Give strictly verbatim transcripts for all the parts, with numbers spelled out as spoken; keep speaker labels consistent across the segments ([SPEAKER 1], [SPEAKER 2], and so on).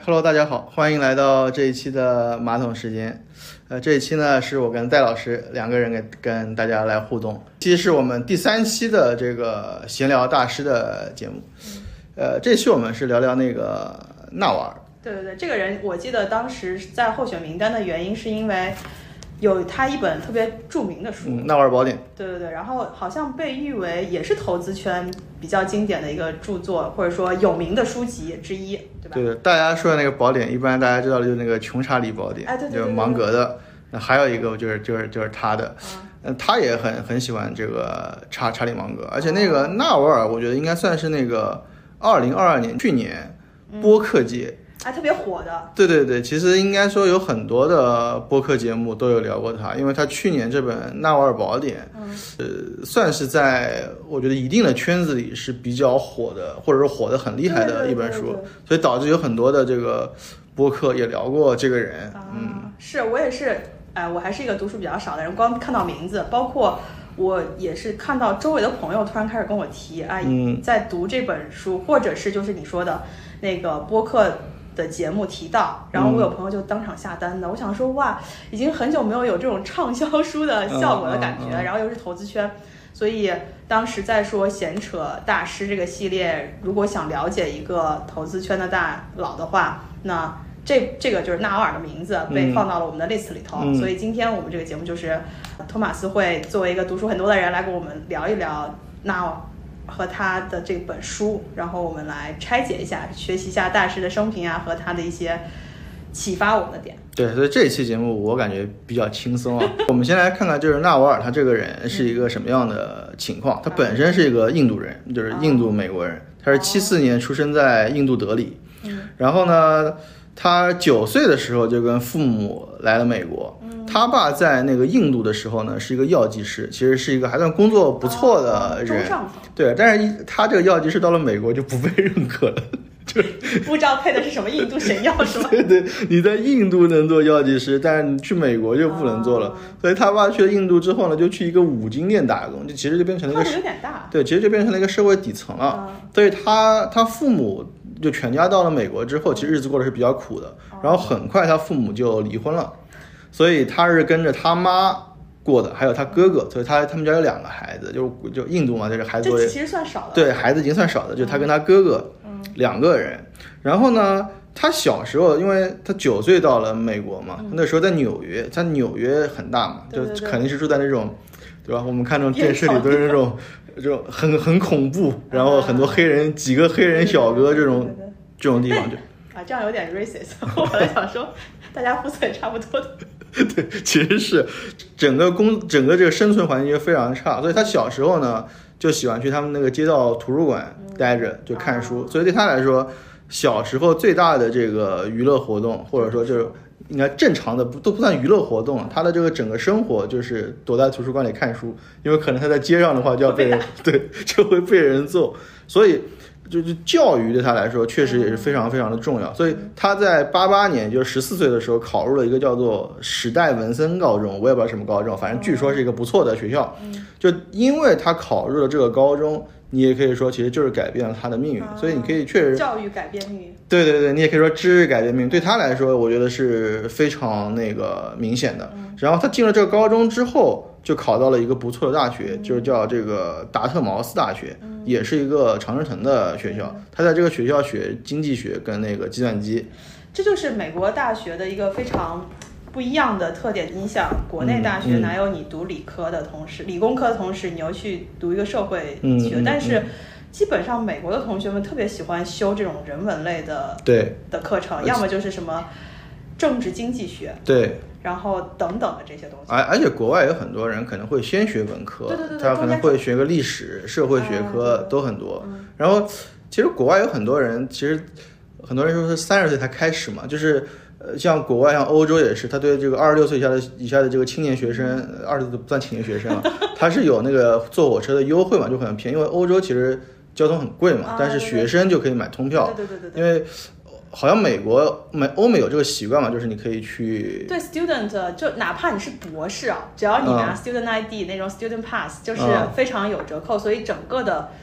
[SPEAKER 1] Hello， 大家好，欢迎来到这一期的马桶时间。呃，这一期呢是我跟戴老师两个人跟跟大家来互动。这期是我们第三期的这个闲聊大师的节目。呃，这期我们是聊聊那个纳瓦尔。
[SPEAKER 2] 对对对，这个人我记得当时在候选名单的原因是因为有他一本特别著名的书，
[SPEAKER 1] 嗯，纳瓦尔宝典。
[SPEAKER 2] 对对对，然后好像被誉为也是投资圈比较经典的一个著作，或者说有名的书籍之一，对吧？
[SPEAKER 1] 对对，大家说的那个宝典，一般大家知道的就是那个穷查理宝典，
[SPEAKER 2] 哎，对对对对对，
[SPEAKER 1] 就是芒格的。那还有一个就是就是就是他的，嗯，他也很很喜欢这个查查理芒格，而且那个纳瓦尔，我觉得应该算是那个二零二二年去年播客界。
[SPEAKER 2] 嗯还特别火的。
[SPEAKER 1] 对对对，其实应该说有很多的播客节目都有聊过他，因为他去年这本《纳瓦尔宝典》，嗯，呃，算是在我觉得一定的圈子里是比较火的，或者说火得很厉害的一本书，对对对对，所以导致有很多的这个播客也聊过这个人。
[SPEAKER 2] 啊、
[SPEAKER 1] 嗯，
[SPEAKER 2] 是我也是，哎、呃，我还是一个读书比较少的人，光看到名字，包括我也是看到周围的朋友突然开始跟我提，哎、嗯，在读这本书，或者是就是你说的那个播客的节目提到，然后我有朋友就当场下单的、嗯、我想说哇，已经很久没有有这种畅销书的效果的感觉、嗯嗯嗯、然后又是投资圈，所以当时在说闲扯大师这个系列，如果想了解一个投资圈的大佬的话，那这这个就是纳瓦尔的名字被放到了我们的 list 里头、嗯、所以今天我们这个节目就是托马斯会作为一个读书很多的人来跟我们聊一聊纳瓦尔和他的这本书，然后我们来拆解一下，学习一下大师的生平啊，和他的一些启发我们的点。
[SPEAKER 1] 对，所以这一期节目我感觉比较轻松啊。我们先来看看，就是纳瓦尔他这个人是一个什么样的情况。他本身是一个印度人，就是印度美国人，他是七四年出生在印度德里。然后呢，他九岁的时候就跟父母来了美国。他爸在那个印度的时候呢，是一个药剂师，其实是一个还算工作不错的人。
[SPEAKER 2] 哦、
[SPEAKER 1] 对，但是他这个药剂师到了美国就不被认可了。就
[SPEAKER 2] 不知道配的是什么印度神药是吗？
[SPEAKER 1] 对对，你在印度能做药剂师，但是你去美国就不能做了。哦、所以他爸去了印度之后呢，就去一个五金店打工，就其实就变成了一个
[SPEAKER 2] 有点大。
[SPEAKER 1] 对，其实就变成了一个社会底层了。嗯、所以他他父母就全家到了美国之后，其实日子过得是比较苦的。哦、然后很快他父母就离婚了，所以他是跟着他妈过的，还有他哥哥，所以他他们家有两个孩子，就就印度嘛，这个孩子
[SPEAKER 2] 这其实算少的。
[SPEAKER 1] 对，孩子已经算少的，就他跟他哥哥。两个人，然后呢，他小时候，因为他九岁到了美国嘛，嗯、那时候在纽约，在纽约很大嘛，
[SPEAKER 2] 对对对，
[SPEAKER 1] 就肯定是住在那种，对吧？我们看那种电视里都是那种，这种很很恐怖，然后很多黑人，啊、几个黑人小哥这种
[SPEAKER 2] 对对对对
[SPEAKER 1] 这种地方就
[SPEAKER 2] 啊，这样有点 racist。我本来想说，大家肤色也差不多的。
[SPEAKER 1] 对，其实是整个工整个这个生存环境就非常差，所以他小时候呢，就喜欢去他们那个街道图书馆待着，就看书。所以对他来说，小时候最大的这个娱乐活动，或者说就是应该正常的，不都不算娱乐活动，他的这个整个生活就是躲在图书馆里看书，因为可能他在街上的话就要被人对就会被人揍，所以就是教育对他来说确实也是非常非常的重要。所以他在八八年就十四岁的时候考入了一个叫做史代文森高中，我也不知道什么高中，反正据说是一个不错的学校。就因为他考入了这个高中，你也可以说其实就是改变了他的命运。所以你可以确实
[SPEAKER 2] 教育改变命运。
[SPEAKER 1] 对对对，你也可以说知识改变命运，对他来说我觉得是非常那个明显的。然后他进了这个高中之后，就考到了一个不错的大学，就是叫这个达特茅斯大学，也是一个常春藤的学校。他在这个学校学经济学跟那个计算机。
[SPEAKER 2] 这就是美国大学的一个非常不一样的特点。你想国内大学哪有你读理科的同时、嗯嗯、理工科的同时你又去读一个社会学、嗯嗯嗯、但是基本上美国的同学们特别喜欢修这种人文类的
[SPEAKER 1] 对
[SPEAKER 2] 的课程，要么就是什么政治经济学，
[SPEAKER 1] 对，
[SPEAKER 2] 然后等等的这些东西。
[SPEAKER 1] 而而且国外有很多人可能会先学文科，
[SPEAKER 2] 对对对对，
[SPEAKER 1] 他可能会学个历史、社会学科、啊、都很多、嗯。然后其实国外有很多人，其实很多人说是三十岁才开始嘛，就是呃，像国外像欧洲也是，他对这个二十六岁以下的以下的这个青年学生，二十岁都不算青年学生了，他是有那个坐火车的优惠嘛，就很便宜，因为欧洲其实交通很贵嘛，
[SPEAKER 2] 啊、
[SPEAKER 1] 但是学生就可以买通票，
[SPEAKER 2] 对对对对对，
[SPEAKER 1] 因为好像美国美欧美有这个习惯嘛，就是你可以去
[SPEAKER 2] 对 student， 就哪怕你是博士啊，只要你拿 student I D、嗯、那种 student pass， 就是非常有折扣、嗯、所以整个的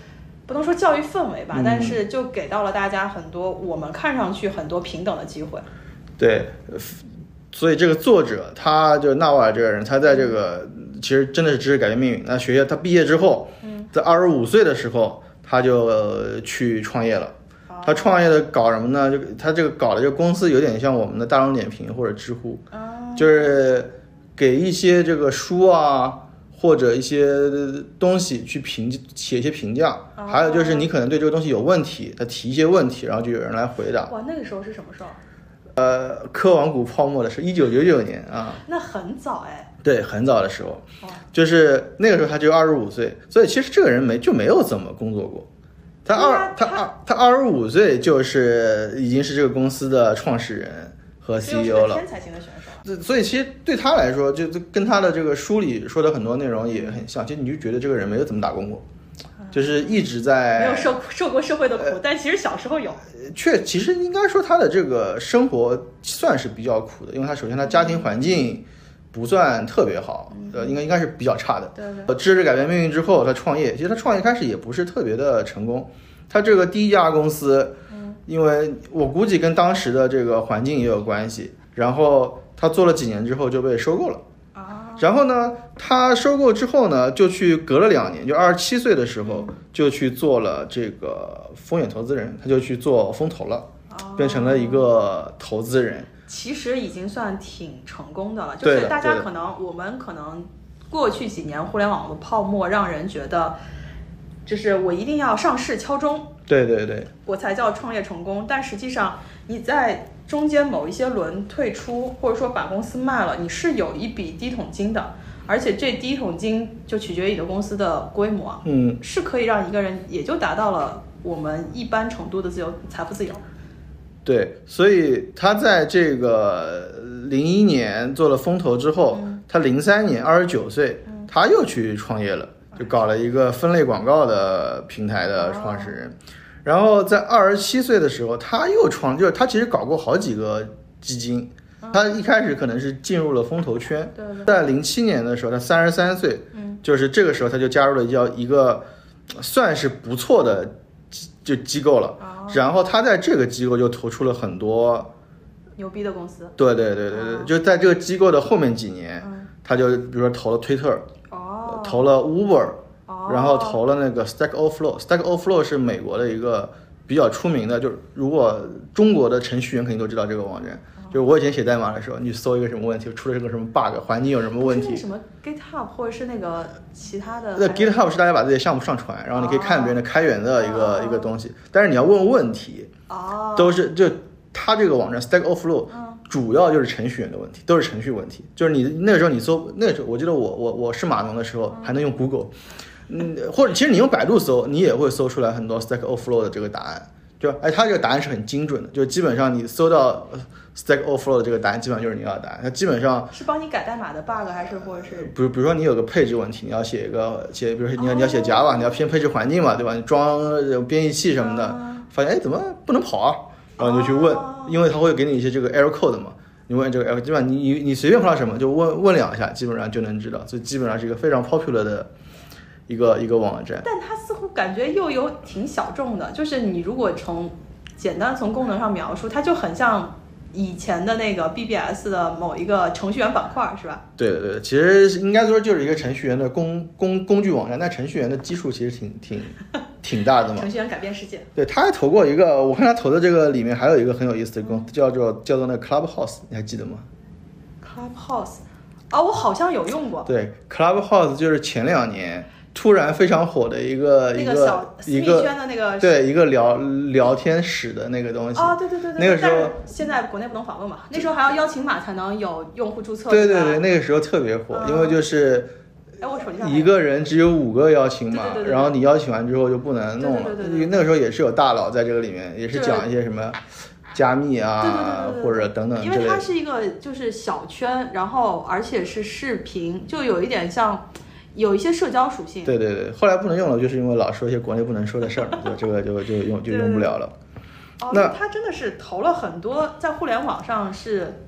[SPEAKER 2] 不能说教育氛围吧，
[SPEAKER 1] 嗯、
[SPEAKER 2] 但是就给到了大家很多我们看上去很多平等的机会。
[SPEAKER 1] 对，所以这个作者他就纳瓦尔这个人，他在这个其实真的是知识改变命运。那学校他毕业之后，在二十五岁的时候他就去创业了。他创业的搞什么呢？就他这个搞的这个公司有点像我们的大众点评或者知乎，就是给一些这个书啊或者一些东西去评写一些评价，还有就是你可能对这个东西有问题，他提一些问题，然后就有人来回答。
[SPEAKER 2] 哇，那个时候是什么时候？
[SPEAKER 1] 呃，科网股泡沫的是一九九九年啊，
[SPEAKER 2] 那很早哎。
[SPEAKER 1] 对，很早的时候，就是那个时候他只有二十五岁，所以其实这个人没就没有怎么工作过。他二他二他二十五岁就是已经是这个公司的创始人和 C E O 了，
[SPEAKER 2] 天才型的选手。
[SPEAKER 1] 所以其实对他来说，就跟他的这个书里说的很多内容也很像。其实你就觉得这个人没有怎么打工过，就是一直在
[SPEAKER 2] 没有受受过社会的苦，呃、但其实小时候有。
[SPEAKER 1] 确，其实应该说他的这个生活算是比较苦的，因为他首先他家庭环境不算特别好，呃，应该应该是比较差的。
[SPEAKER 2] 对对。
[SPEAKER 1] 知识改变命运之后，他创业，其实他创业开始也不是特别的成功。他这个第一家公司，因为我估计跟当时的这个环境也有关系，然后他做了几年之后就被收购了。然后呢，他收购之后呢，就去隔了两年，就二十七岁的时候就去做了这个风险投资人，他就去做风投了，变成了一个投资人。
[SPEAKER 2] 其实已经算挺成功的了，就是大家可能我们可能过去几年互联网的泡沫让人觉得，就是我一定要上市敲钟，
[SPEAKER 1] 对对对，
[SPEAKER 2] 我才叫创业成功。但实际上你在中间某一些轮退出，或者说把公司卖了，你是有一笔第一桶金的，而且这第一桶金就取决于你的公司的规模啊，
[SPEAKER 1] 嗯，
[SPEAKER 2] 是可以让一个人也就达到了我们一般程度的自由财富自由。
[SPEAKER 1] 对，所以他在这个零一年做了风投之后，嗯、他零三年二十九岁，嗯、他又去创业了，就搞了一个分类广告的平台的创始人。哦、然后在二十七岁的时候，他又创，就是他其实搞过好几个基金。嗯、他一开始可能是进入了风投圈，
[SPEAKER 2] 对对，
[SPEAKER 1] 在零七年的时候，他三十三岁，
[SPEAKER 2] 嗯，
[SPEAKER 1] 就是这个时候他就加入了叫一个算是不错的就机构了。
[SPEAKER 2] 哦、
[SPEAKER 1] 然后他在这个机构就投出了很多
[SPEAKER 2] 牛逼的公司。
[SPEAKER 1] 对对对对对，哦、就在这个机构的后面几年，
[SPEAKER 2] 嗯、
[SPEAKER 1] 他就比如说投了推特，
[SPEAKER 2] 哦，
[SPEAKER 1] 投了 Uber，
[SPEAKER 2] 哦，
[SPEAKER 1] 然后投了那个 Stack Overflow。Stack Overflow 是美国的一个比较出名的，就是如果中国的程序员肯定都知道这个网站。哦、就是我以前写代码的时候，你搜一个什么问题，出了这个什么 bug， 环境有什么问题，
[SPEAKER 2] 是那什么 GitHub 或者是那个其他的。
[SPEAKER 1] 那 GitHub 是大家把自己的项目上传，然后你可以看别人的开源的一个、哦、一个东西，但是你要问问题，
[SPEAKER 2] 哦，
[SPEAKER 1] 都是就他这个网站 Stack Overflow。嗯主要就是程序员的问题，都是程序问题。就是你那个时候你搜，那个时候我记得我我我是码农的时候还能用 Google， 嗯，或者其实你用百度搜，你也会搜出来很多 Stack Overflow 的这个答案。就哎，它这个答案是很精准的，就基本上你搜到 Stack Overflow 的这个答案，基本上就是你要的答案。它基本上
[SPEAKER 2] 是帮你改代码的 bug 还是或者是？
[SPEAKER 1] 比如比如说你有个配置问题，你要写一个写，比如说你要你要写 Java，、哦、你要偏配置环境嘛，对吧？你装编译器什么的，啊、发现哎怎么不能跑啊？然后你就去问，哦、因为它会给你一些这个 error code 嘛。你问这个 error， 基本上你你你随便碰到什么就问问两下，基本上就能知道。所以基本上是一个非常 popular 的一个一个网站。
[SPEAKER 2] 但它似乎感觉又有挺小众的，就是你如果从简单从功能上描述，它就很像以前的那个 B B S 的某一个程序员板块，是吧？
[SPEAKER 1] 对对对，其实应该说就是一个程序员的工工工具网站，但程序员的基数其实挺挺挺大的嘛。
[SPEAKER 2] 程序员改变世界。
[SPEAKER 1] 对，他还投过一个，我看他投的这个里面还有一个很有意思的公司，嗯、叫做叫做那个 Clubhouse， 你还记得吗
[SPEAKER 2] ？Clubhouse， 啊，我好像有用过。
[SPEAKER 1] 对 ，Clubhouse 就是前两年突然非常火的一个、
[SPEAKER 2] 那
[SPEAKER 1] 个、
[SPEAKER 2] 小一个私密圈的那个
[SPEAKER 1] 对一个聊聊天室的那个东西。
[SPEAKER 2] 哦，对对对对。
[SPEAKER 1] 那个时候
[SPEAKER 2] 现在国内不能访问嘛，那时候还要邀请码才能有用户注册。
[SPEAKER 1] 对对对，那个时候特别火，嗯、因为就是
[SPEAKER 2] 哎，我手机上
[SPEAKER 1] 一个人只有五个邀请码，
[SPEAKER 2] 对对对对对，
[SPEAKER 1] 然后你邀请完之后就不能弄了。
[SPEAKER 2] 对对对对对对，
[SPEAKER 1] 那个时候也是有大佬在这个里面，也是讲一些什么加密啊，
[SPEAKER 2] 对对对对对对，
[SPEAKER 1] 或者等等之类的。
[SPEAKER 2] 因为它是一个就是小圈，然后而且是视频，就有一点像。有一些社交属性。
[SPEAKER 1] 对对对，后来不能用了，就是因为老说一些国内不能说的事儿，对，这个就就用就用不了了。
[SPEAKER 2] 哦，那他真的是投了很多，在互联网上是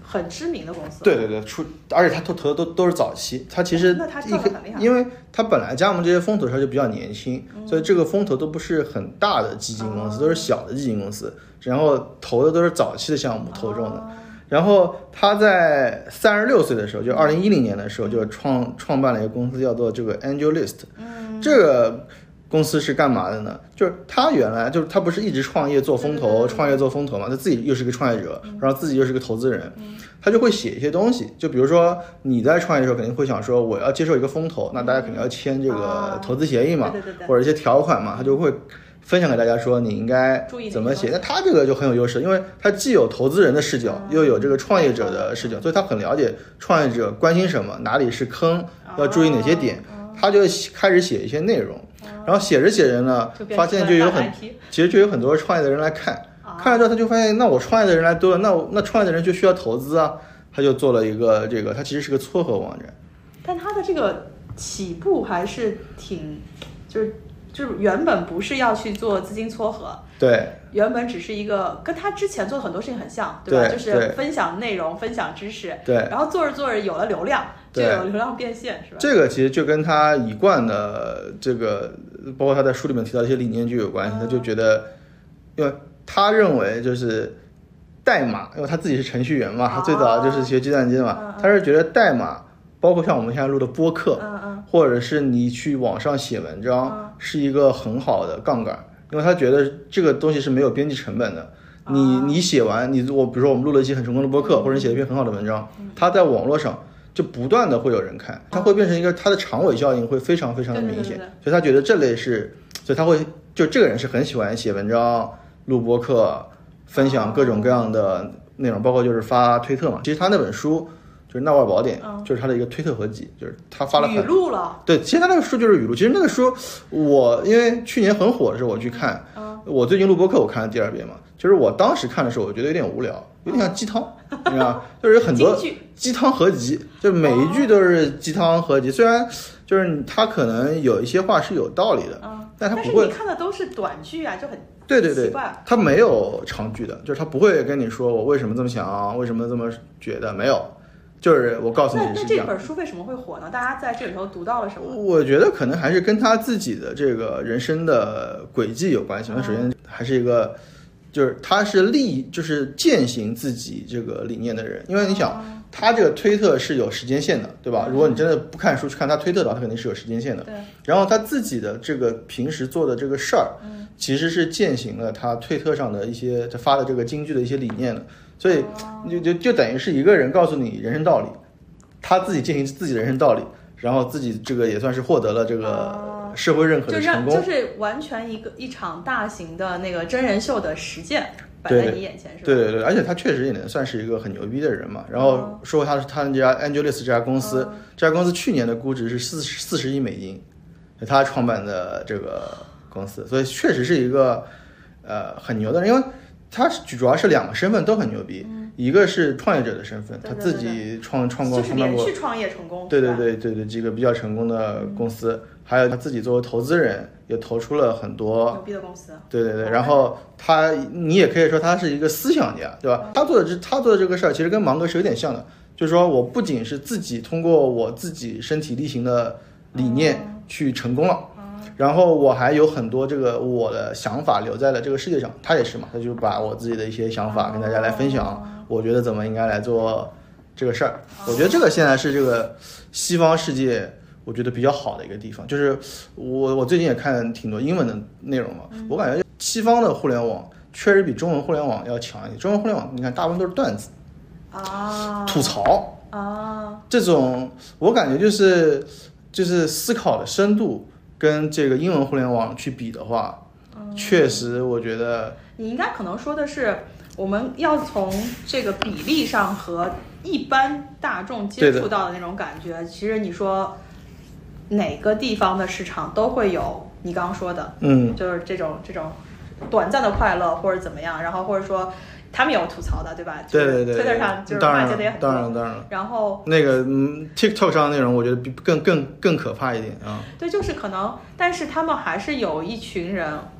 [SPEAKER 2] 很知名的公司。
[SPEAKER 1] 对对对，出而且他投投的都都是早期，他其实
[SPEAKER 2] 那他赚得很厉害，
[SPEAKER 1] 因为他本来加盟这些风投他就比较年轻，嗯、所以这个风投都不是很大的基金公司，哦、都是小的基金公司，然后投的都是早期的项目投中的。哦、然后他在三十六岁的时候，就二零一零年的时候，就创创办了一个公司，叫做这个 AngelList。嗯，这个公司是干嘛的呢？就是他原来就是他不是一直创业做风投，创业做风投嘛，他自己又是个创业者，然后自己又是个投资人，他就会写一些东西。就比如说你在创业的时候肯定会想说，我要接受一个风投，那大家肯定要签这个投资协议嘛，或者一些条款嘛，他就会分享给大家说你应该怎么写。那他这个就很有优势，因为他既有投资人的视角，又有这个创业者的视角，所以他很了解创业者关心什么，哪里是坑，要注意哪些点，他就开始写一些内容。然后写着写着呢，发现就有很，其实就有很多创业的人来看，看了之后他就发现，那我创业的人来多了，那我那创业的人就需要投资啊，他就做了一个这个，他其实是个撮合网站。
[SPEAKER 2] 但他的这个起步还是挺，就是就是原本不是要去做资金撮合，
[SPEAKER 1] 对，
[SPEAKER 2] 原本只是一个跟他之前做的很多事情很像，对吧？
[SPEAKER 1] 对，
[SPEAKER 2] 就是分享内容、分享知识，
[SPEAKER 1] 对，
[SPEAKER 2] 然后做着做着有了流量。就有流量变现是吧？
[SPEAKER 1] 这个其实就跟他一贯的这个，包括他在书里面提到的一些理念就有关系。嗯、他就觉得，因为他认为就是代码，因为他自己是程序员嘛，哦、他最早就是学计算机嘛，嗯、他是觉得代码，包括像我们现在录的播客，嗯嗯、或者是你去网上写文章，嗯、是一个很好的杠杆，因为他觉得这个东西是没有边际成本的。你你写完，你我比如说我们录了一期很成功的播客，嗯、或者你写了一篇很好的文章，嗯、他在网络上就不断的会有人看，它会变成一个它的长尾效应会非常非常的明显，
[SPEAKER 2] 对对对对，
[SPEAKER 1] 所以他觉得这类是，所以他会就这个人是很喜欢写文章、录播客、分享各种各样的内容，包括就是发推特嘛。其实他那本书就是《纳瓦尔宝典》，嗯、就是他的一个推特合集，就是他发了很
[SPEAKER 2] 语录了。
[SPEAKER 1] 对，其实他那个书就是语录。其实那个书我因为去年很火的时候我去看，嗯、我最近录播客我看了第二遍嘛，就是我当时看的时候我觉得有点无聊，有点像鸡汤。你知道，就是有很多鸡汤合集，就每一句都是鸡汤合集。虽然就是他可能有一些话是有道理的，
[SPEAKER 2] 嗯、
[SPEAKER 1] 但他不会。
[SPEAKER 2] 但是你看的都是短句啊，就很
[SPEAKER 1] 对对对，他没有长句的，就是他不会跟你说我为什么这么想，为什么这么觉得，没有。就是我告诉你是这样。
[SPEAKER 2] 那那这本书为什么会火呢？大家在这里头读到了什么？
[SPEAKER 1] 我觉得可能还是跟他自己的这个人生的轨迹有关系。那、嗯、首先还是一个。就是他是立就是践行自己这个理念的人，因为你想他这个推特是有时间线的，对吧？如果你真的不看书去看他推特的话，他肯定是有时间线的。
[SPEAKER 2] 对。
[SPEAKER 1] 然后他自己的这个平时做的这个事儿，其实是践行了他推特上的一些他发的这个金句的一些理念的，所以就就就等于是一个人告诉你人生道理，他自己践行自己的人生道理，然后自己这个也算是获得了这个。社会认可的成功，
[SPEAKER 2] 就, 就是完全一个一场大型的那个真人秀的实践摆在你眼前，是吧？
[SPEAKER 1] 对对对，而且他确实也能算是一个很牛逼的人嘛。然后说他他这家 AngelList 这家公司，嗯、这家公司去年的估值是四四十亿美金，他创办的这个公司，所以确实是一个呃很牛的人，因为他主要是两个身份都很牛逼。嗯一个是创业者的身份，
[SPEAKER 2] 对对对对，
[SPEAKER 1] 他自己创创过，
[SPEAKER 2] 就是连续创业成功，
[SPEAKER 1] 对对对对对，几个比较成功的公司，嗯、还有他自己作为投资人也投出了很多
[SPEAKER 2] 牛逼的公司，
[SPEAKER 1] 对对对，然后他你也可以说他是一个思想家，对吧？嗯、他做的这他做的这个事儿，其实跟芒格是有点像的，就是说我不仅是自己通过我自己身体力行的理念去成功了。嗯然后我还有很多这个我的想法留在了这个世界上，他也是嘛，他就把我自己的一些想法跟大家来分享，我觉得怎么应该来做这个事儿。我觉得这个现在是这个西方世界我觉得比较好的一个地方，就是我我最近也看挺多英文的内容嘛，我感觉西方的互联网确实比中文互联网要强一点。中文互联网你看大部分都是段子
[SPEAKER 2] 啊，
[SPEAKER 1] 吐槽
[SPEAKER 2] 啊，
[SPEAKER 1] 这种我感觉就是就是思考的深度。跟这个英文互联网去比的话，嗯、确实我觉得
[SPEAKER 2] 你应该可能说的是，我们要从这个比例上和一般大众接触到的那种感觉，其实你说哪个地方的市场都会有你刚刚说的，
[SPEAKER 1] 嗯，
[SPEAKER 2] 就是这种这种短暂的快乐或者怎么样，然后或者说。他们有吐槽的，对吧？
[SPEAKER 1] 对对对，
[SPEAKER 2] Twitter 上就是骂街的也很多。
[SPEAKER 1] 当然当然。
[SPEAKER 2] 然后
[SPEAKER 1] 那个嗯 TikTok 上的内容，我觉得比更更更可怕一点啊。
[SPEAKER 2] 对，就是可能，但是他们还是有一群人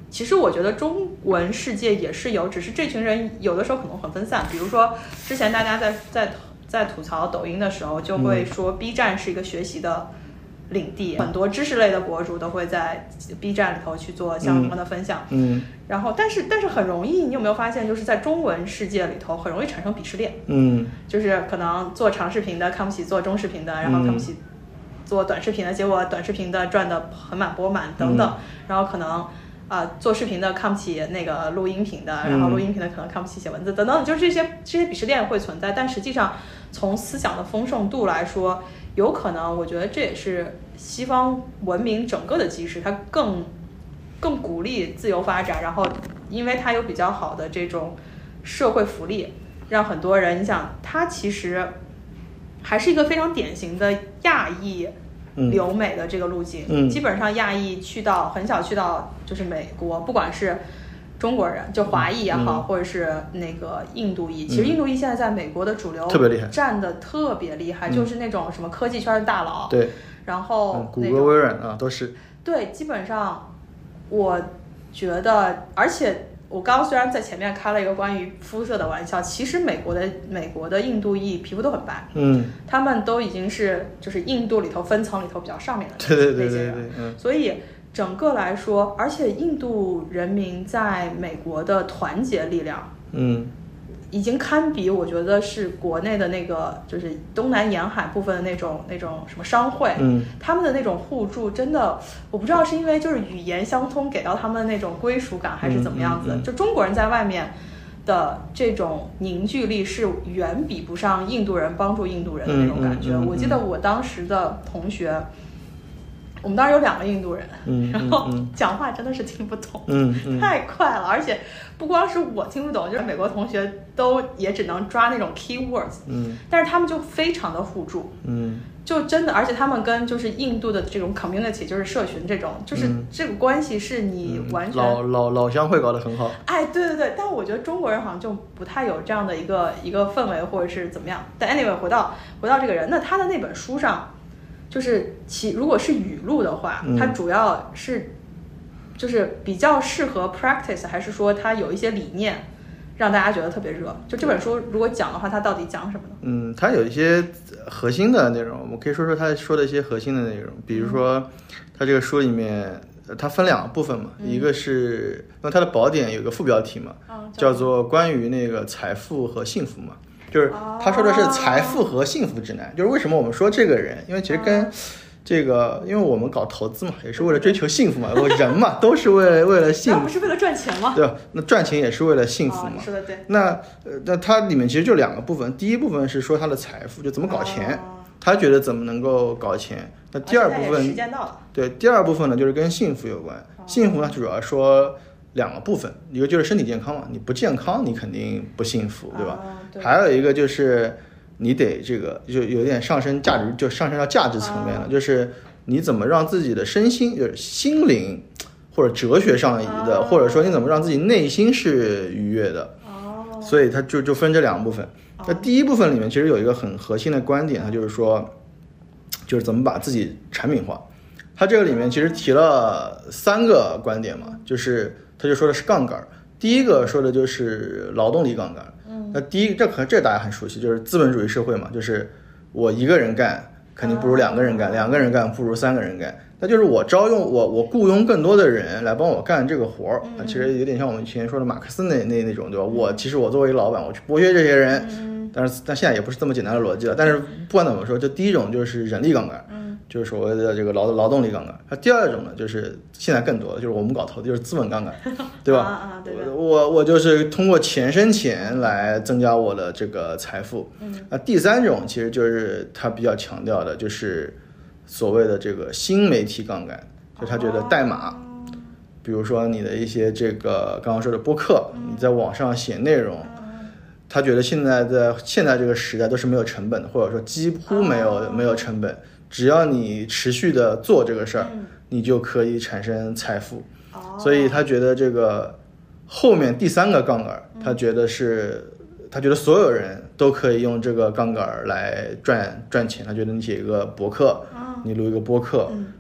[SPEAKER 2] 其实我觉得中文世界也是有，只是这群人有的时候可能很分散。比如说之前大家在在在吐槽抖音的时候，就会说 B 站是一个学习的领地，嗯、很多知识类的博主都会在 B 站里头去做相关的分享。
[SPEAKER 1] 嗯，
[SPEAKER 2] 然后但是但是很容易，你有没有发现，就是在中文世界里头很容易产生鄙视链。
[SPEAKER 1] 嗯，
[SPEAKER 2] 就是可能做长视频的看不起做中视频的，然后看不起做短视频的，结果短视频的赚得盆满钵满等等，嗯、然后可能啊、呃、做视频的看不起那个录音频的，然后录音频的可能看不起写文字等等，就是这些这些鄙视链会存在，但实际上从思想的丰盛度来说，有可能我觉得这也是西方文明整个的基石，它更更鼓励自由发展，然后因为它有比较好的这种社会福利，让很多人，你想它其实还是一个非常典型的亚裔留美的这个路径、嗯、基本上亚裔去到很小去到就是美国，不管是中国人就华裔也好、嗯、或者是那个印度裔、嗯、其实印度裔现在在美国的主流
[SPEAKER 1] 特别厉害，
[SPEAKER 2] 占的特别厉害、嗯、就是那种什么科技圈的大佬，
[SPEAKER 1] 对，
[SPEAKER 2] 然后、
[SPEAKER 1] 嗯、谷歌微软啊都是，
[SPEAKER 2] 对，基本上我觉得，而且我刚刚虽然在前面开了一个关于肤色的玩笑，其实美国的美国的印度裔皮肤都很白，
[SPEAKER 1] 嗯，
[SPEAKER 2] 他们都已经是就是印度里头分层里头比较上面的那
[SPEAKER 1] 对对对
[SPEAKER 2] 那些人，
[SPEAKER 1] 嗯，
[SPEAKER 2] 所以整个来说，而且印度人民在美国的团结力量，
[SPEAKER 1] 嗯，
[SPEAKER 2] 已经堪比我觉得是国内的那个就是东南沿海部分的那种那种什么商会，
[SPEAKER 1] 嗯，
[SPEAKER 2] 他们的那种互助真的，我不知道是因为就是语言相通给到他们的那种归属感，还是怎么样子、
[SPEAKER 1] 嗯嗯嗯、
[SPEAKER 2] 就中国人在外面的这种凝聚力是远比不上印度人帮助印度人的那种感觉、
[SPEAKER 1] 嗯嗯嗯嗯、
[SPEAKER 2] 我记得我当时的同学，我们当时有两个印度人，
[SPEAKER 1] 嗯，
[SPEAKER 2] 然后讲话真的是听不懂，
[SPEAKER 1] 嗯嗯，
[SPEAKER 2] 太快了，而且不光是我听不懂，就是美国同学都也只能抓那种 keywords，
[SPEAKER 1] 嗯，
[SPEAKER 2] 但是他们就非常的互助，
[SPEAKER 1] 嗯，
[SPEAKER 2] 就真的，而且他们跟就是印度的这种 community， 就是社群这种，就是这个关系是你完全、
[SPEAKER 1] 嗯、老老老乡会搞得很好，
[SPEAKER 2] 哎，对对对，但我觉得中国人好像就不太有这样的一个一个氛围，或者是怎么样。但 anyway， 回到回到这个人，那他的那本书上。就是其如果是语录的话，它主要是就是比较适合 practice， 还是说它有一些理念让大家觉得特别热？就这本书如果讲的话，它到底讲什么呢？
[SPEAKER 1] 嗯，它有一些核心的内容，我们可以说说它说的一些核心的内容，比如说它这个书里面它分两个部分嘛，嗯、一个是因为它的宝典有个副标题嘛，嗯、叫做关于那个财富和幸福嘛。就是他说的是财富和幸福指南、oh. 就是为什么我们说这个人，因为其实跟这个因为我们搞投资嘛，也是为了追求幸福嘛，我人嘛都是为了为了幸福，
[SPEAKER 2] 不是为了赚钱吗？
[SPEAKER 1] 对吧？那赚钱也是为了幸福嘛。
[SPEAKER 2] oh, 是的，对。
[SPEAKER 1] 那呃那它里面其实就两个部分，第一部分是说他的财富就怎么搞钱、oh. 他觉得怎么能够搞钱，那第二部分
[SPEAKER 2] 实践到了，
[SPEAKER 1] 对，第二部分呢就是跟幸福有关、oh. 幸福呢主要说两个部分，一个就是身体健康嘛，你不健康你肯定不幸福，对吧、
[SPEAKER 2] 哦、对，
[SPEAKER 1] 还有一个就是你得这个就有点上升价值，就上升到价值层面了、哦、就是你怎么让自己的身心就是心灵或者哲学上的、哦、或者说你怎么让自己内心是愉悦的、哦、所以它就就分这两部分、哦、那第一部分里面其实有一个很核心的观点，它就是说就是怎么把自己产品化。它这个里面其实提了三个观点嘛，就是他就说的是杠杆，第一个说的就是劳动力杠杆。嗯，那第一这可能这大家很熟悉，就是资本主义社会嘛，就是我一个人干肯定不如两个人干，两个人干不如三个人干。那就是我招用我我雇佣更多的人来帮我干这个活儿、嗯、其实有点像我们以前说的马克思那那那种，对吧？我其实我作为一个老板，我去剥削这些人，嗯、但是但现在也不是这么简单的逻辑了。但是不管怎么说，就第一种就是人力杠杆，嗯，就是所谓的这个劳劳动力杠杆。那第二种呢，就是现在更多的就是我们搞投资就是资本杠杆，对吧？
[SPEAKER 2] 啊啊对对，
[SPEAKER 1] 我我就是通过钱生钱来增加我的这个财富。嗯，那第三种其实就是他比较强调的，就是所谓的这个新媒体杠杆，就他觉得代码，比如说你的一些这个刚刚说的播客，你在网上写内容，他觉得现在在现在这个时代都是没有成本的，或者说几乎没有没有成本，只要你持续的做这个事儿，你就可以产生财富。所以他觉得这个后面第三个杠杆，他觉得是。他觉得所有人都可以用这个杠杆来赚赚钱。他觉得你写一个博客，你录一个播客，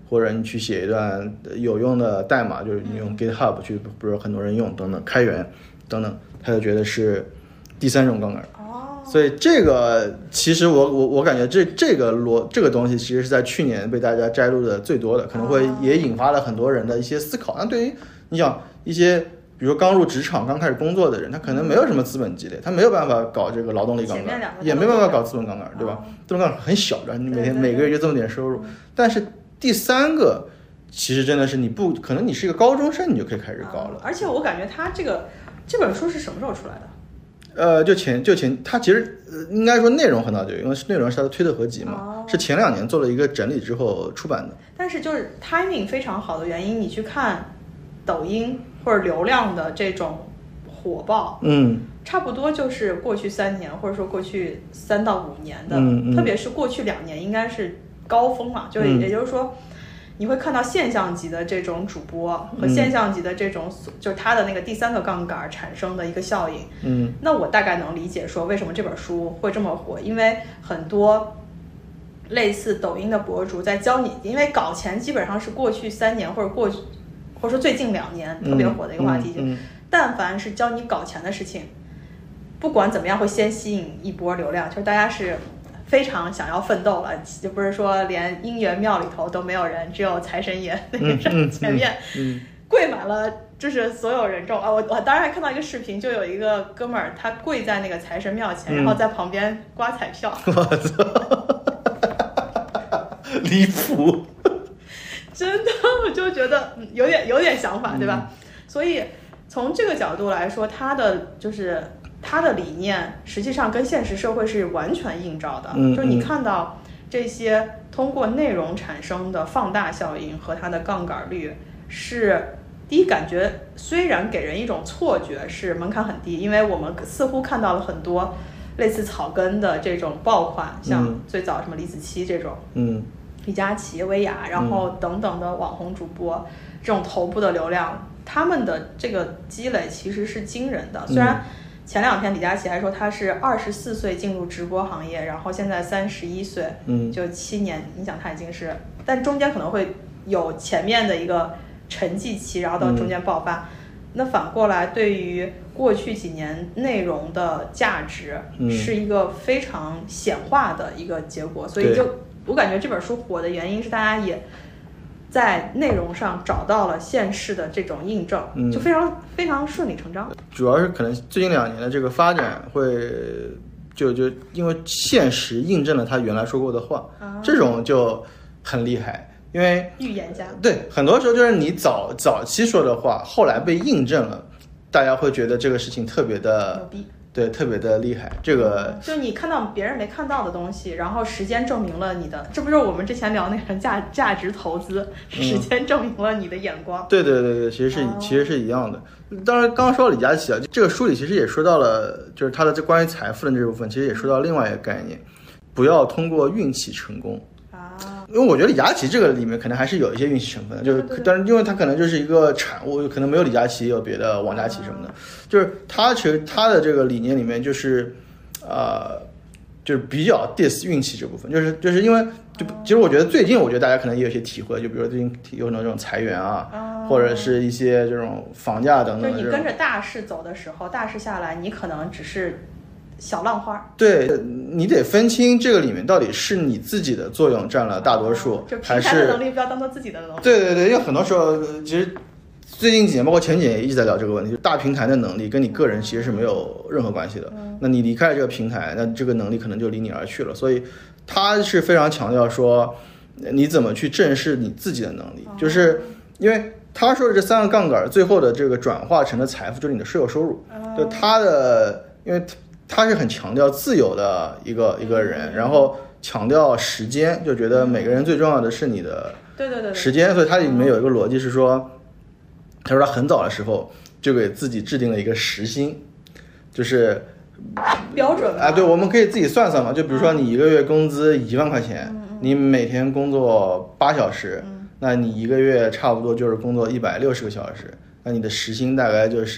[SPEAKER 1] 或者你去写一段有用的代码，就是你用 GitHub 去，比如很多人用等等，开源等等，他就觉得是第三种杠杆。
[SPEAKER 2] 哦，
[SPEAKER 1] 所以这个其实我我我感觉这这个逻这个东西其实是在去年被大家摘录的最多的，可能会也引发了很多人的一些思考。那对于你想一些比如说刚入职场、刚开始工作的人，他可能没有什么资本积累，他没有办法搞这个劳动力杠杆，也没办法搞资本杠杆，对吧？资本杠杆很小的，你每天每个月就这么点收入。但是第三个，其实真的是你不可能，你是一个高中生，你就可以开始搞了。
[SPEAKER 2] 而且我感觉他这个这本书是什么时候出来的？
[SPEAKER 1] 呃，就前就前，他其实、呃、应该说内容很早就有，因为内容是他的推特合集嘛，哦、是前两年做了一个整理之后出版的。
[SPEAKER 2] 但是就是 timing 非常好的原因，你去看抖音或者流量的这种火爆，
[SPEAKER 1] 嗯，
[SPEAKER 2] 差不多就是过去三年或者说过去三到五年的，
[SPEAKER 1] 嗯嗯、
[SPEAKER 2] 特别是过去两年应该是高峰了，就也就是说。嗯，你会看到现象级的这种主播和现象级的这种、嗯、就是他的那个第三个杠杆产生的一个效应。
[SPEAKER 1] 嗯，
[SPEAKER 2] 那我大概能理解说为什么这本书会这么火，因为很多类似抖音的博主在教你，因为搞钱基本上是过去三年或者过去或者说最近两年特别火的一个话题，
[SPEAKER 1] 嗯嗯嗯、
[SPEAKER 2] 但凡是教你搞钱的事情，不管怎么样会先吸引一波流量，就是大家是非常想要奋斗了，就不是说连姻缘庙里头都没有人，只有财神爷那个前面跪满了，就是所有人众啊！我我当时还看到一个视频，就有一个哥们儿他跪在那个财神庙前，
[SPEAKER 1] 嗯、
[SPEAKER 2] 然后在旁边刮彩票。
[SPEAKER 1] 我操，离谱！
[SPEAKER 2] 真的，我就觉得有点有点想法，对吧？嗯、所以从这个角度来说，他的就是。他的理念实际上跟现实社会是完全映照的，
[SPEAKER 1] 嗯、
[SPEAKER 2] 就是你看到这些通过内容产生的放大效应和它的杠杆率，是第一感觉虽然给人一种错觉是门槛很低，因为我们似乎看到了很多类似草根的这种爆款，像最早什么李子柒这种，
[SPEAKER 1] 嗯，
[SPEAKER 2] 李佳琦、薇娅，然后等等的网红主播，这种头部的流量，他们的这个积累其实是惊人的，虽然。前两天李佳琦还说他是二十四岁进入直播行业，然后现在三十一岁，
[SPEAKER 1] 嗯，
[SPEAKER 2] 就七年，你想他已经是，但中间可能会有前面的一个沉寂期，然后到中间爆发。嗯、那反过来，对于过去几年内容的价值，
[SPEAKER 1] 嗯、
[SPEAKER 2] 是一个非常显化的一个结果。所以就我感觉这本书火的原因是大家也。在内容上找到了现世的这种印证，
[SPEAKER 1] 嗯、
[SPEAKER 2] 就非常非常顺理成章。
[SPEAKER 1] 主要是可能最近两年的这个发展会，就就因为现实印证了他原来说过的话，
[SPEAKER 2] 啊、
[SPEAKER 1] 这种就很厉害。因为
[SPEAKER 2] 预言家
[SPEAKER 1] 对很多时候就是你早早期说的话，后来被印证了，大家会觉得这个事情特别的
[SPEAKER 2] 牛逼。
[SPEAKER 1] 对，特别的厉害。这个
[SPEAKER 2] 就你看到别人没看到的东西，然后时间证明了你的，这不就是我们之前聊那个价价值投资，时间证明了你的眼光。
[SPEAKER 1] 嗯、对对对对，其实是、哦、其实是一样的。当然，刚刚说到李佳琦啊，这个书里其实也说到了，就是他的这关于财富的这部分，其实也说到另外一个概念，不要通过运气成功。因为我觉得李佳琦这个里面可能还是有一些运气成分的，就是但是因为他可能就是一个产物，可能没有李佳琦，也有别的王佳琦什么的，就是他其实他的这个理念里面就是，呃，就是比较 diss 运气这部分，就是就是因为就其实我觉得最近我觉得大家可能也有些体会，就比如说最近有那种裁员啊，或者是一些这种房价等等，
[SPEAKER 2] 就是你跟着大势走的时候，大势下来，你可能只是。小浪花，
[SPEAKER 1] 对，你得分清这个里面到底是你自己的作用占了大多数，
[SPEAKER 2] 就平台的能力不要当做自己的能力。
[SPEAKER 1] 对对对，因为很多时候其实最近几年，包括前几年也一直在聊这个问题，就大平台的能力跟你个人其实是没有任何关系的。嗯、那你离开了这个平台，那这个能力可能就离你而去了。所以他是非常强调说，你怎么去正视你自己的能力，嗯、就是因为他说的这三个杠杆最后的这个转化成的财富就是你的税后收入。嗯、就他的，因为。他是很强调自由的一个一个人，然后强调时间，就觉得每个人最重要的是你的时间，所以他里面有一个逻辑是说，他说他很早的时候就给自己制定了一个时薪，就是
[SPEAKER 2] 标准
[SPEAKER 1] 啊，对，我们可以自己算算嘛，就比如说你一个月工资一万块钱，你每天工作八小时，那你一个月差不多就是工作一百六十个小时，那你的时薪大概就是，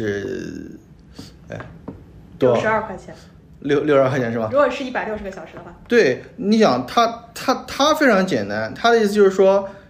[SPEAKER 1] 哎。
[SPEAKER 2] 六十二块钱，
[SPEAKER 1] 六六十二块钱是吧？
[SPEAKER 2] 如果是一百六十个小时的话，
[SPEAKER 1] 对，你想他他他非常简单，他的意思就是说，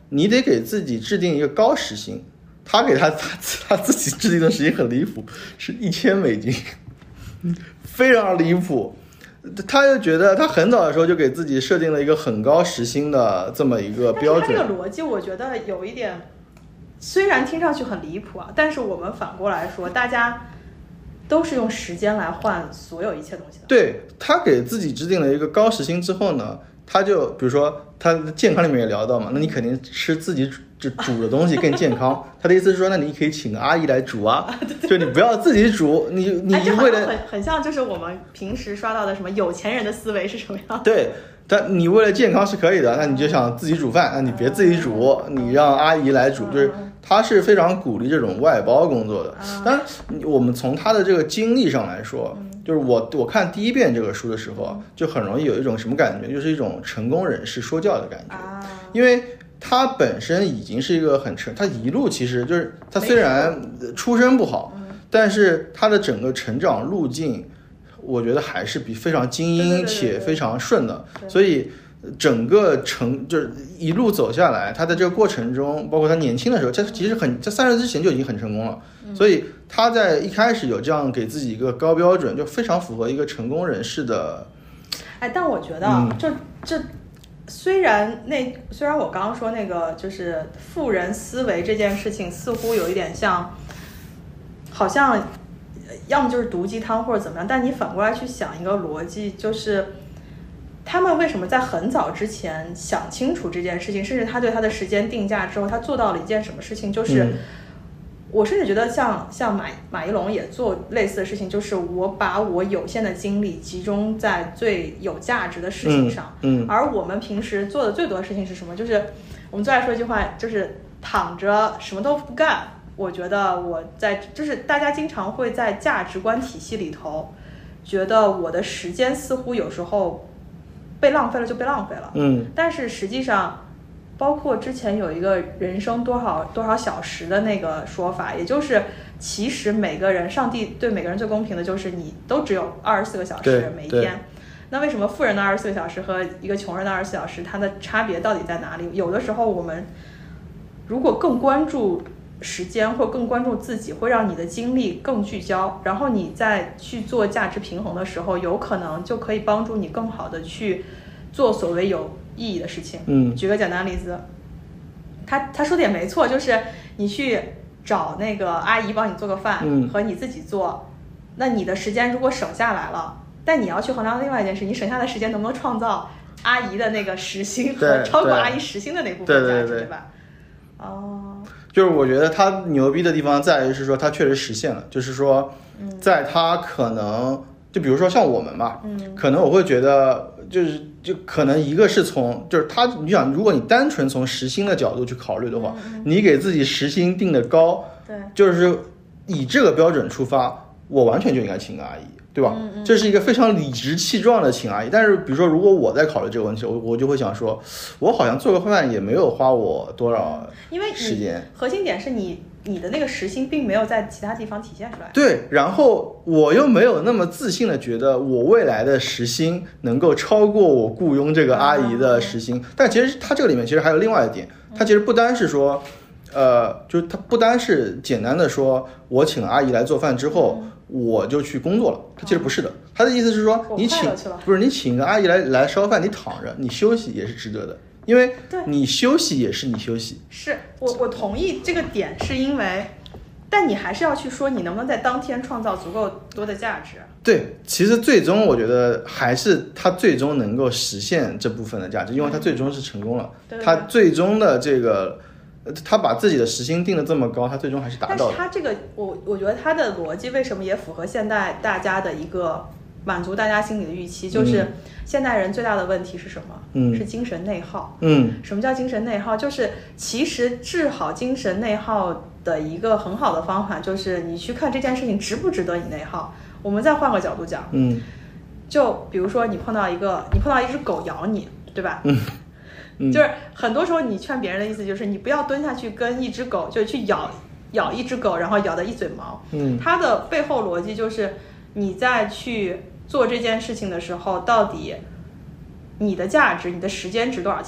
[SPEAKER 1] 你得给自己制定一个高时薪。他给他他他自己制定的时薪很离谱，是一千美金，非常离谱。他就觉得他很早的时候就给自己设定了一个很高时薪的这么一个标准。
[SPEAKER 2] 但是他这个逻辑我觉得有一点，虽然听上去很离谱啊，但是我们反过来说，大家都是用时间来换所有一切东西的。
[SPEAKER 1] 对，他给自己制定了一个高时薪之后呢，他就比如说他健康里面也聊到嘛，那你肯定吃自己煮煮的东西更健康。他的意思是说，那你可以请个阿姨来煮啊，就你不要自己煮，你你为了、
[SPEAKER 2] 哎、很很像就是我们平时刷到的什么有钱人的思维是什么样。
[SPEAKER 1] 对，但你为了健康是可以的，那你就想自己煮饭，那你别自己煮，你让阿姨来煮，就是他是非常鼓励这种外包工作的。当然，我们从他的这个经历上来说，就是我我看第一遍这个书的时候，就很容易有一种什么感觉，就是一种成功人士说教的感觉，因为他本身已经是一个很成，他一路其实就是他虽然出身不好，但是他的整个成长路径，我觉得还是比非常精英且非常顺的，所以整个成就是一路走下来，他在这个过程中，包括他年轻的时候，他其实很在三十之前就已经很成功了，所以他在一开始有这样给自己一个高标准，就非常符合一个成功人士的。
[SPEAKER 2] 哎，但我觉得、嗯、这这。虽然那虽然我刚刚说那个就是富人思维这件事情似乎有一点像，好像要么就是毒鸡汤或者怎么样，但你反过来去想一个逻辑，就是他们为什么在很早之前想清楚这件事情，甚至他对他的时间定价之后，他做到了一件什么事情，就是、嗯、我甚至觉得像像马马一龙也做类似的事情，就是我把我有限的精力集中在最有价值的事情上。
[SPEAKER 1] 嗯，嗯
[SPEAKER 2] 而我们平时做的最多的事情是什么？就是我们最爱说一句话，就是躺着什么都不干。我觉得我在就是大家经常会在价值观体系里头，觉得我的时间似乎有时候被浪费了就被浪费了。
[SPEAKER 1] 嗯，
[SPEAKER 2] 但是实际上。包括之前有一个人生多少多少小时的那个说法，也就是其实每个人，上帝对每个人最公平的就是你都只有二十四个小时每一天。那为什么富人的二十四个小时和一个穷人的二十四小时，它的差别到底在哪里？有的时候我们如果更关注时间或更关注自己，会让你的精力更聚焦，然后你在去做价值平衡的时候，有可能就可以帮助你更好的去做所谓有意义的事情。
[SPEAKER 1] 嗯，
[SPEAKER 2] 举个简单的例子，他他说的也没错，就是你去找那个阿姨帮你做个饭，
[SPEAKER 1] 嗯，
[SPEAKER 2] 和你自己做，那你的时间如果省下来了，但你要去衡量另外一件事，你省下的时间能不能创造阿姨的那个时薪和超过阿姨时薪的那部分价值， 对, 对, 对, 对吧？哦，
[SPEAKER 1] 就是我觉得他牛逼的地方在于是说他确实实现了，就是说在他可能就比如说像我们嘛，
[SPEAKER 2] 嗯，
[SPEAKER 1] 可能我会觉得就是就可能一个是从就是他你想，如果你单纯从时薪的角度去考虑的话，
[SPEAKER 2] 嗯，
[SPEAKER 1] 你给自己时薪定的高，
[SPEAKER 2] 对，
[SPEAKER 1] 就是以这个标准出发，我完全就应该请个阿姨，对吧？
[SPEAKER 2] 嗯嗯，这
[SPEAKER 1] 是一个非常理直气壮的请阿姨。但是比如说如果我在考虑这个问题，我我就会想说，我好像做个饭也没有花我多少时间，因为
[SPEAKER 2] 核心点是你你的那个时薪并没有在其他地方体现出来。
[SPEAKER 1] 对，然后我又没有那么自信的觉得我未来的时薪能够超过我雇佣这个阿姨的时薪。嗯，但其实它这个里面其实还有另外一点，它其实不单是说呃，就是它不单是简单的说我请阿姨来做饭之后，嗯，我就去工作了，它其实不是的。他的意思是说，你请不是你请个阿姨来来烧饭，你躺着你休息也是值得的，因为你休息也是你休息。
[SPEAKER 2] 是我我同意这个点，是因为，但你还是要去说你能不能在当天创造足够多的价值。
[SPEAKER 1] 对，其实最终我觉得还是他最终能够实现这部分的价值，因为他最终是成功了，
[SPEAKER 2] 嗯，
[SPEAKER 1] 他最终的这个。他把自己的时薪定得这么高，他最终还是达到的。
[SPEAKER 2] 但是他这个，我我觉得他的逻辑为什么也符合现代大家的一个满足大家心理的预期，就是现代人最大的问题是什么？
[SPEAKER 1] 嗯，
[SPEAKER 2] 是精神内耗。
[SPEAKER 1] 嗯，
[SPEAKER 2] 什么叫精神内耗？就是其实治好精神内耗的一个很好的方法，就是你去看这件事情值不值得你内耗。我们再换个角度讲，
[SPEAKER 1] 嗯，
[SPEAKER 2] 就比如说你碰到一个，你碰到一只狗咬你，对吧？
[SPEAKER 1] 嗯。
[SPEAKER 2] 就是很多时候你劝别人的意思就是你不要蹲下去跟一只狗就去咬咬一只狗，然后咬得一嘴毛。
[SPEAKER 1] 嗯，它
[SPEAKER 2] 的背后逻辑就是你在去做这件事情的时候，到底你的价值、你的时间值多少钱？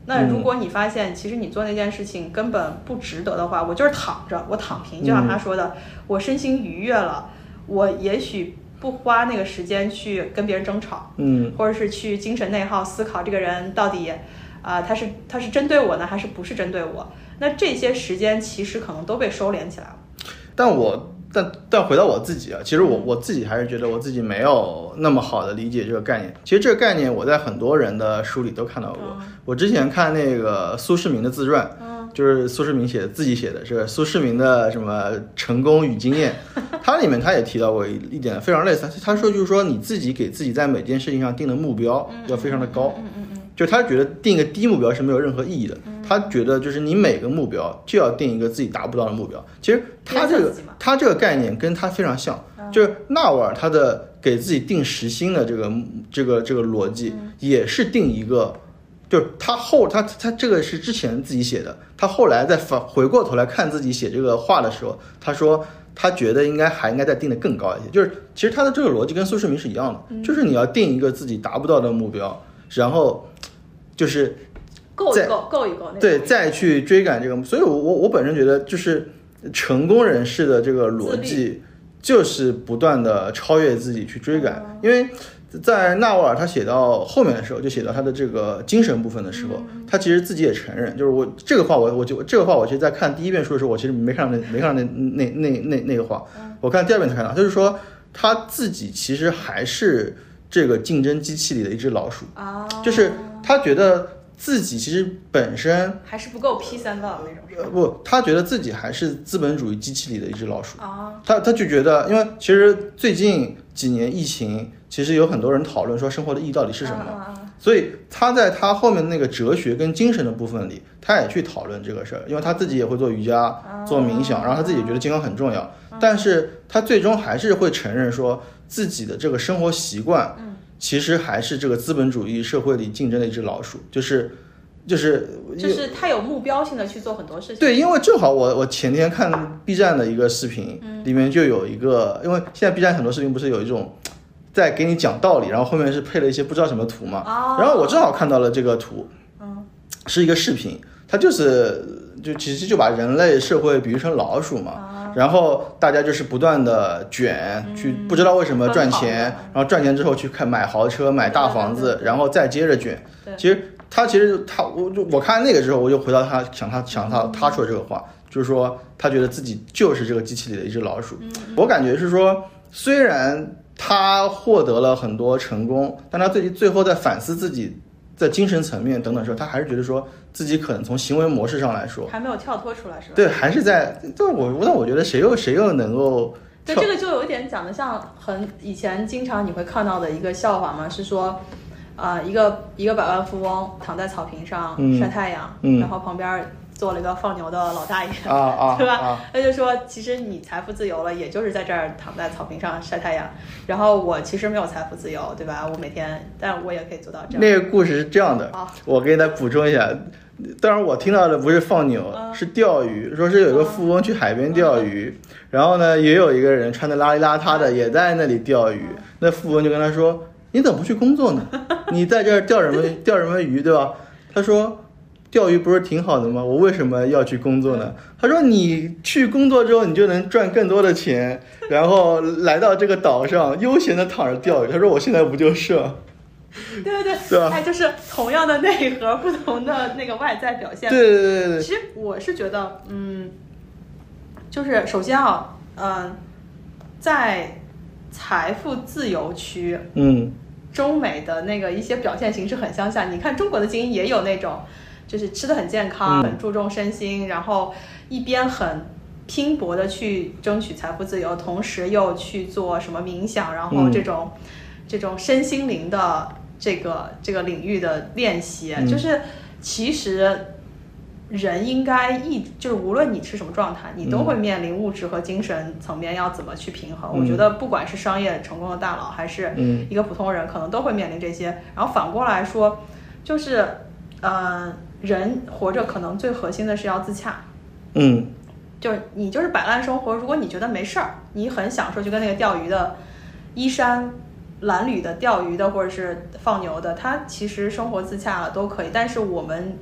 [SPEAKER 2] 那如果你发现其实你做那件事情根本不值得的话，我就是躺着，我躺平，就像他说的，嗯、我身心愉悦了，我也许不花那个时间去跟别人争吵，
[SPEAKER 1] 嗯，
[SPEAKER 2] 或者是去精神内耗思考这个人到底啊、呃、他是他是针对我呢还是不是针对我，那这些时间其实可能都被收敛起来了。
[SPEAKER 1] 但我但但回到我自己啊，其实我我自己还是觉得我自己没有那么好的理解这个概念。其实这个概念我在很多人的书里都看到过。嗯、我之前看那个苏世民的自传，嗯、就是苏世民写的自己写的是苏世民的什么成功与经验，他里面他也提到过一点非常类似。他说就是说你自己给自己在每件事情上定的目标要非常的高。
[SPEAKER 2] 嗯嗯嗯嗯
[SPEAKER 1] 就他觉得定一个低目标是没有任何意义的，嗯、他觉得就是你每个目标就要定一个自己达不到的目标。其实他这个他这个概念跟他非常像，嗯、就是纳瓦尔他的给自己定时薪的这个这个这个逻辑，嗯、也是定一个，就是他后他他这个是之前自己写的，他后来再反回过头来看自己写这个话的时候，他说他觉得应该还应该再定得更高一些。就是其实他的这个逻辑跟苏世民是一样的，嗯、就是你要定一个自己达不到的目标，然后就是
[SPEAKER 2] 够一够够一够，
[SPEAKER 1] 对，再去追赶这个。所以我我我本身觉得，就是成功人士的这个逻辑，就是不断的超越自己去追赶。嗯、因为在纳瓦尔他写到后面的时候，就写到他的这个精神部分的时候，嗯、他其实自己也承认，就是我这个话我我就这个话我其实在看第一遍书的时候，我其实没看到那没看到那那那那那个话，嗯、我看第二遍才看到，就是说他自己其实还是这个竞争机器里的一只老鼠，
[SPEAKER 2] 哦、
[SPEAKER 1] 就是他觉得自己其实本身
[SPEAKER 2] 还是不够 P 三道那种，
[SPEAKER 1] 呃不，他觉得自己还是资本主义机器里的一只老鼠，
[SPEAKER 2] 哦、
[SPEAKER 1] 他他就觉得，因为其实最近几年疫情，其实有很多人讨论说生活的意义到底是什么，
[SPEAKER 2] 哦、
[SPEAKER 1] 所以他在他后面那个哲学跟精神的部分里，他也去讨论这个事儿，因为他自己也会做瑜伽、哦、做冥想，然后他自己也觉得健康很重要，哦、但是他最终还是会承认说自己的这个生活习惯，嗯其实还是这个资本主义社会里竞争的一只老鼠，就是就是
[SPEAKER 2] 就是他有目标性的去做很多事情。
[SPEAKER 1] 对，因为正好我我前天看 B 站的一个视频，嗯、里面就有一个，因为现在 B 站很多视频不是有一种在给你讲道理，然后后面是配了一些不知道什么图嘛，
[SPEAKER 2] 哦、
[SPEAKER 1] 然后我正好看到了这个图，
[SPEAKER 2] 嗯、
[SPEAKER 1] 是一个视频，它就是就其实就把人类社会比喻成老鼠嘛。
[SPEAKER 2] 哦
[SPEAKER 1] 然后大家就是不断的卷，
[SPEAKER 2] 嗯、
[SPEAKER 1] 去不知道为什么赚钱，然后赚钱之后去看买豪车、买大房子，
[SPEAKER 2] 对对对对，
[SPEAKER 1] 然后再接着卷。其实他其实他我我看那个之后，我就回到他想他想他他说这个话，就是说他觉得自己就是这个机器里的一只老鼠。
[SPEAKER 2] 嗯、
[SPEAKER 1] 我感觉是说，虽然他获得了很多成功，但他最最后在反思自己在精神层面等等时候，他还是觉得说自己可能从行为模式上来说
[SPEAKER 2] 还没有跳脱出来，是吧？
[SPEAKER 1] 对，还是在对我，但我觉得谁又谁又能够
[SPEAKER 2] 对这个就有一点讲的像很以前经常你会看到的一个笑话嘛，是说啊、呃、一个一个百万富翁躺在草坪上晒太阳，
[SPEAKER 1] 嗯、
[SPEAKER 2] 然后旁边做了一个放牛的老大爷，
[SPEAKER 1] 啊啊，
[SPEAKER 2] 对吧？
[SPEAKER 1] 啊、
[SPEAKER 2] 他就说，其实你财富自由了，也就是在这儿躺在草坪上晒太阳。然后我其实没有财富自由，对吧？我每天，但我也可以做到这样。
[SPEAKER 1] 那个故事是这样的，
[SPEAKER 2] 哦、
[SPEAKER 1] 我给大家补充一下。当然我听到的不是放牛，
[SPEAKER 2] 嗯、
[SPEAKER 1] 是钓鱼。说是有一个富翁去海边钓鱼，嗯、然后呢，也有一个人穿的邋里邋遢的，也在那里钓鱼。嗯、那富翁就跟他说：“你怎么不去工作呢？你在这儿钓什么钓什么鱼，对吧？”他说。钓鱼不是挺好的吗？我为什么要去工作呢？他说你去工作之后，你就能赚更多的钱，然后来到这个岛上悠闲的躺着钓鱼。他说我现在不就是吗？
[SPEAKER 2] 对对对，
[SPEAKER 1] 对吧？
[SPEAKER 2] 哎，就是同样的内核，不同的那个外在表现。
[SPEAKER 1] 对对对对。
[SPEAKER 2] 其实我是觉得，嗯，就是首先啊，嗯、呃，在财富自由区，
[SPEAKER 1] 嗯，
[SPEAKER 2] 中美的那个一些表现形式很相像。你看中国的精英也有那种。就是吃得很健康，
[SPEAKER 1] 嗯、
[SPEAKER 2] 很注重身心，然后一边很拼搏的去争取财富自由，同时又去做什么冥想，然后这种、嗯、这种身心灵的这个这个领域的练习，嗯、就是其实人应该一就是无论你是什么状态，你都会面临物质和精神层面要怎么去平衡。嗯、我觉得不管是商业成功的大佬，还是一个普通人，可能都会面临这些。然后反过来说，就是呃。人活着可能最核心的是要自洽，
[SPEAKER 1] 嗯，
[SPEAKER 2] 就是你就是摆烂生活，如果你觉得没事儿，你很享受，就跟那个钓鱼的衣衫褴褛的钓鱼的或者是放牛的，他其实生活自洽了都可以。但是我们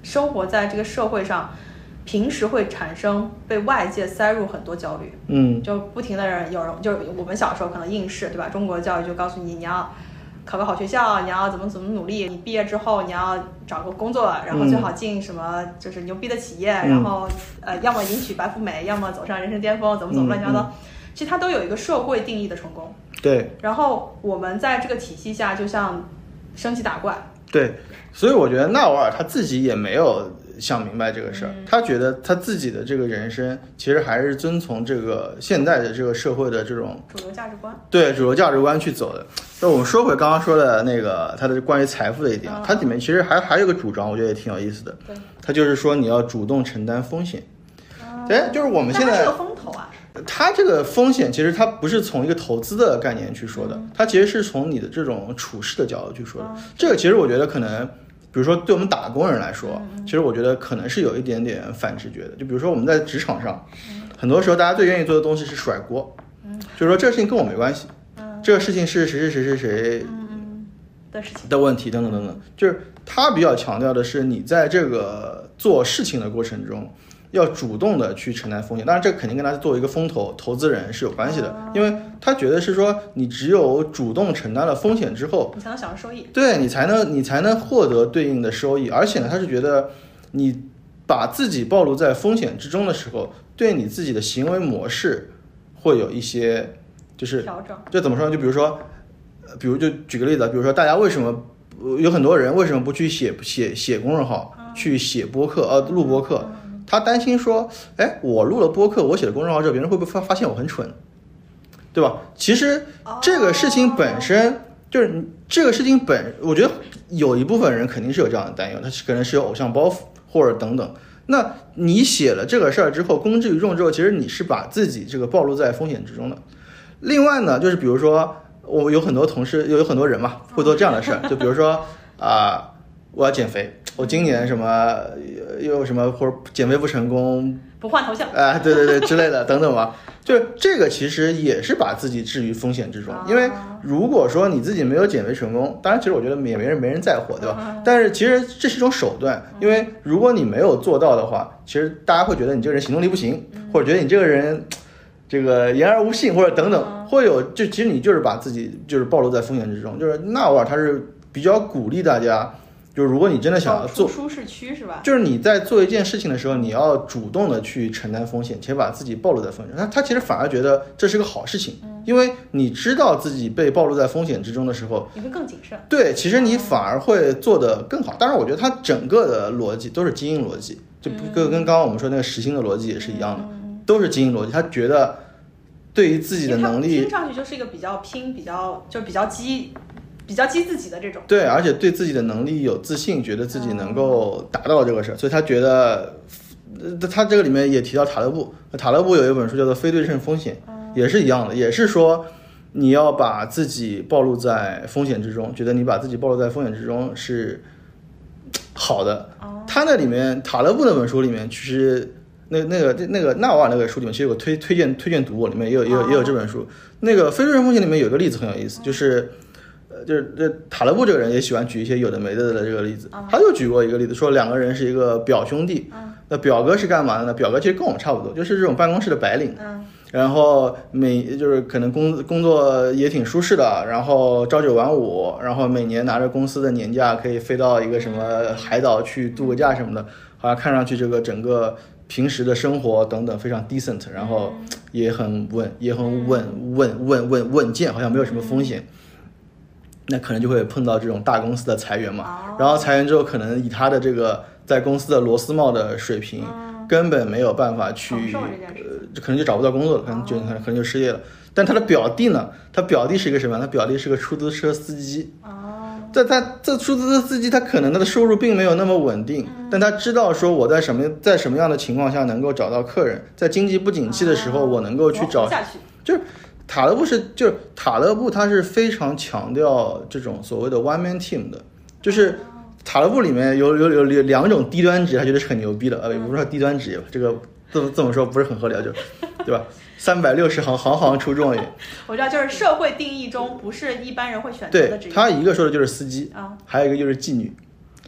[SPEAKER 2] 生活在这个社会上，平时会产生被外界塞入很多焦虑，
[SPEAKER 1] 嗯，
[SPEAKER 2] 就不停的人有人就是我们小时候可能应试，对吧？中国教育就告诉你你要考个好学校，你要怎么怎么努力，你毕业之后你要找个工作，然后最好进什么就是牛逼的企业，
[SPEAKER 1] 嗯、
[SPEAKER 2] 然后呃要么迎娶白富美，要么走上人生巅峰，怎么怎么乱七八糟。嗯嗯其实它都有一个社会定义的成功，
[SPEAKER 1] 对。
[SPEAKER 2] 然后我们在这个体系下，就像升级打怪，
[SPEAKER 1] 对。所以我觉得纳瓦尔他自己也没有想明白这个事儿、嗯，他觉得他自己的这个人生其实还是遵从这个现在的这个社会的这种
[SPEAKER 2] 主流价值观，
[SPEAKER 1] 对主流价值观去走的。那我们说回刚刚说的那个他的关于财富的一点，它、嗯、里面其实还还有个主张，我觉得也挺有意思的。
[SPEAKER 2] 对，
[SPEAKER 1] 他就是说你要主动承担风险。哎、嗯，就是我们现在
[SPEAKER 2] 是个风投啊。
[SPEAKER 1] 它这个风险其实它不是从一个投资的概念去说的，它其实是从你的这种处事的角度去说的。这个其实我觉得可能，比如说对我们打工人来说，其实我觉得可能是有一点点反直觉的。就比如说我们在职场上，很多时候大家最愿意做的东西是甩锅，就是说这个事情跟我没关系，这个事情是谁谁谁谁谁
[SPEAKER 2] 的事情
[SPEAKER 1] 的问题等等等等。就是他比较强调的是你在这个做事情的过程中。要主动的去承担风险，当然这肯定跟他作为一个风投投资人是有关系的，因为他觉得是说你只有主动承担了风险之后，
[SPEAKER 2] 你才能享受收益，
[SPEAKER 1] 对你才能你才能获得对应的收益。而且呢，他是觉得你把自己暴露在风险之中的时候，对你自己的行为模式会有一些就是
[SPEAKER 2] 调整。
[SPEAKER 1] 就怎么说呢？就比如说，比如就举个例子，比如说大家为什么有很多人为什么不去写写写公众号，嗯、去写播客呃录播客？嗯他担心说，哎，我录了播客，我写的公众号之后，别人会不会发发现我很蠢，对吧？其实这个事情本身、oh. 就是这个事情本，我觉得有一部分人肯定是有这样的担忧，他可能是有偶像包袱或者等等。那你写了这个事儿之后，公之于众之后，其实你是把自己这个暴露在风险之中的。另外呢，就是比如说，我有很多同事，有很多人嘛，会做这样的事儿，就比如说啊、呃，我要减肥。我今年什么又什么或者减肥不成功
[SPEAKER 2] 不换头像
[SPEAKER 1] 啊、呃，对对对之类的等等吧，就是这个其实也是把自己置于风险之中，因为如果说你自己没有减肥成功，当然其实我觉得也没人没人在乎，对吧？但是其实这是一种手段，因为如果你没有做到的话，其实大家会觉得你这个人行动力不行，或者觉得你这个人这个言而无信或者等等，会有就其实你就是把自己就是暴露在风险之中。就是纳瓦尔他是比较鼓励大家。就是如果你真的想要做
[SPEAKER 2] 舒适区是吧？
[SPEAKER 1] 就是你在做一件事情的时候，你要主动的去承担风险，且把自己暴露在风险。他他其实反而觉得这是个好事情，嗯、因为你知道自己被暴露在风险之中的时候，
[SPEAKER 2] 你会更谨慎。
[SPEAKER 1] 对，其实你反而会做得更好。当然，我觉得他整个的逻辑都是基因逻辑，就跟跟刚刚我们说那个实心的逻辑也是一样的，嗯、都是基因逻辑。他觉得对于自己的能力，
[SPEAKER 2] 听上去就是一个比较拼、比较就比较激。比较激自己的这种，
[SPEAKER 1] 对，而且对自己的能力有自信，觉得自己能够达到这个事，嗯、所以他觉得，呃，他这个里面也提到塔勒布，塔勒布有一本书叫做《非对称风险》，嗯，也是一样的，也是说你要把自己暴露在风险之中，觉得你把自己暴露在风险之中是好的。哦、他那里面塔勒布那本书里面，其实那那个那个纳瓦尔那个书里面，其实有推推荐推荐读我里面也有也有也有这本书。哦、那个非对称风险里面有一个例子很有意思，嗯、就是。就是这塔勒布这个人也喜欢举一些有的没的的这个例子，他就举过一个例子，说两个人是一个表兄弟，那表哥是干嘛的呢？表哥其实跟我们差不多，就是这种办公室的白领，然后每就是可能工工作也挺舒适的，然后朝九晚五，然后每年拿着公司的年假可以飞到一个什么海岛去度个假什么的，好像看上去这个整个平时的生活等等非常 decent， 然后也很稳，也很稳稳稳稳稳健，好像没有什么风险。那可能就会碰到这种大公司的裁员嘛，然后裁员之后，可能以他的这个在公司的螺丝帽的水平，根本没有办法去，呃，可能就找不到工作了，可能就可能可能就失业了。但他的表弟呢，他表弟是一个什么？他表弟是个出租车司机。在他这出租车司机，他可能他的收入并没有那么稳定，但他知道说我在什么在什么样的情况下能够找到客人，在经济不景气的时候，我能够去找，就是。塔勒布是就是塔勒布，他是非常强调这种所谓的 one man team 的，就是塔勒布里面有有有有两种低端职业，他觉得是很牛逼的，呃，也不是说低端职业吧，这个这么这么说不是很合理，就对吧？三百六十行，行行出状元。
[SPEAKER 2] 我知道，就是社会定义中不是一般人会选择的职业。
[SPEAKER 1] 对，他一个说的就是司机啊，还有一个就是妓女。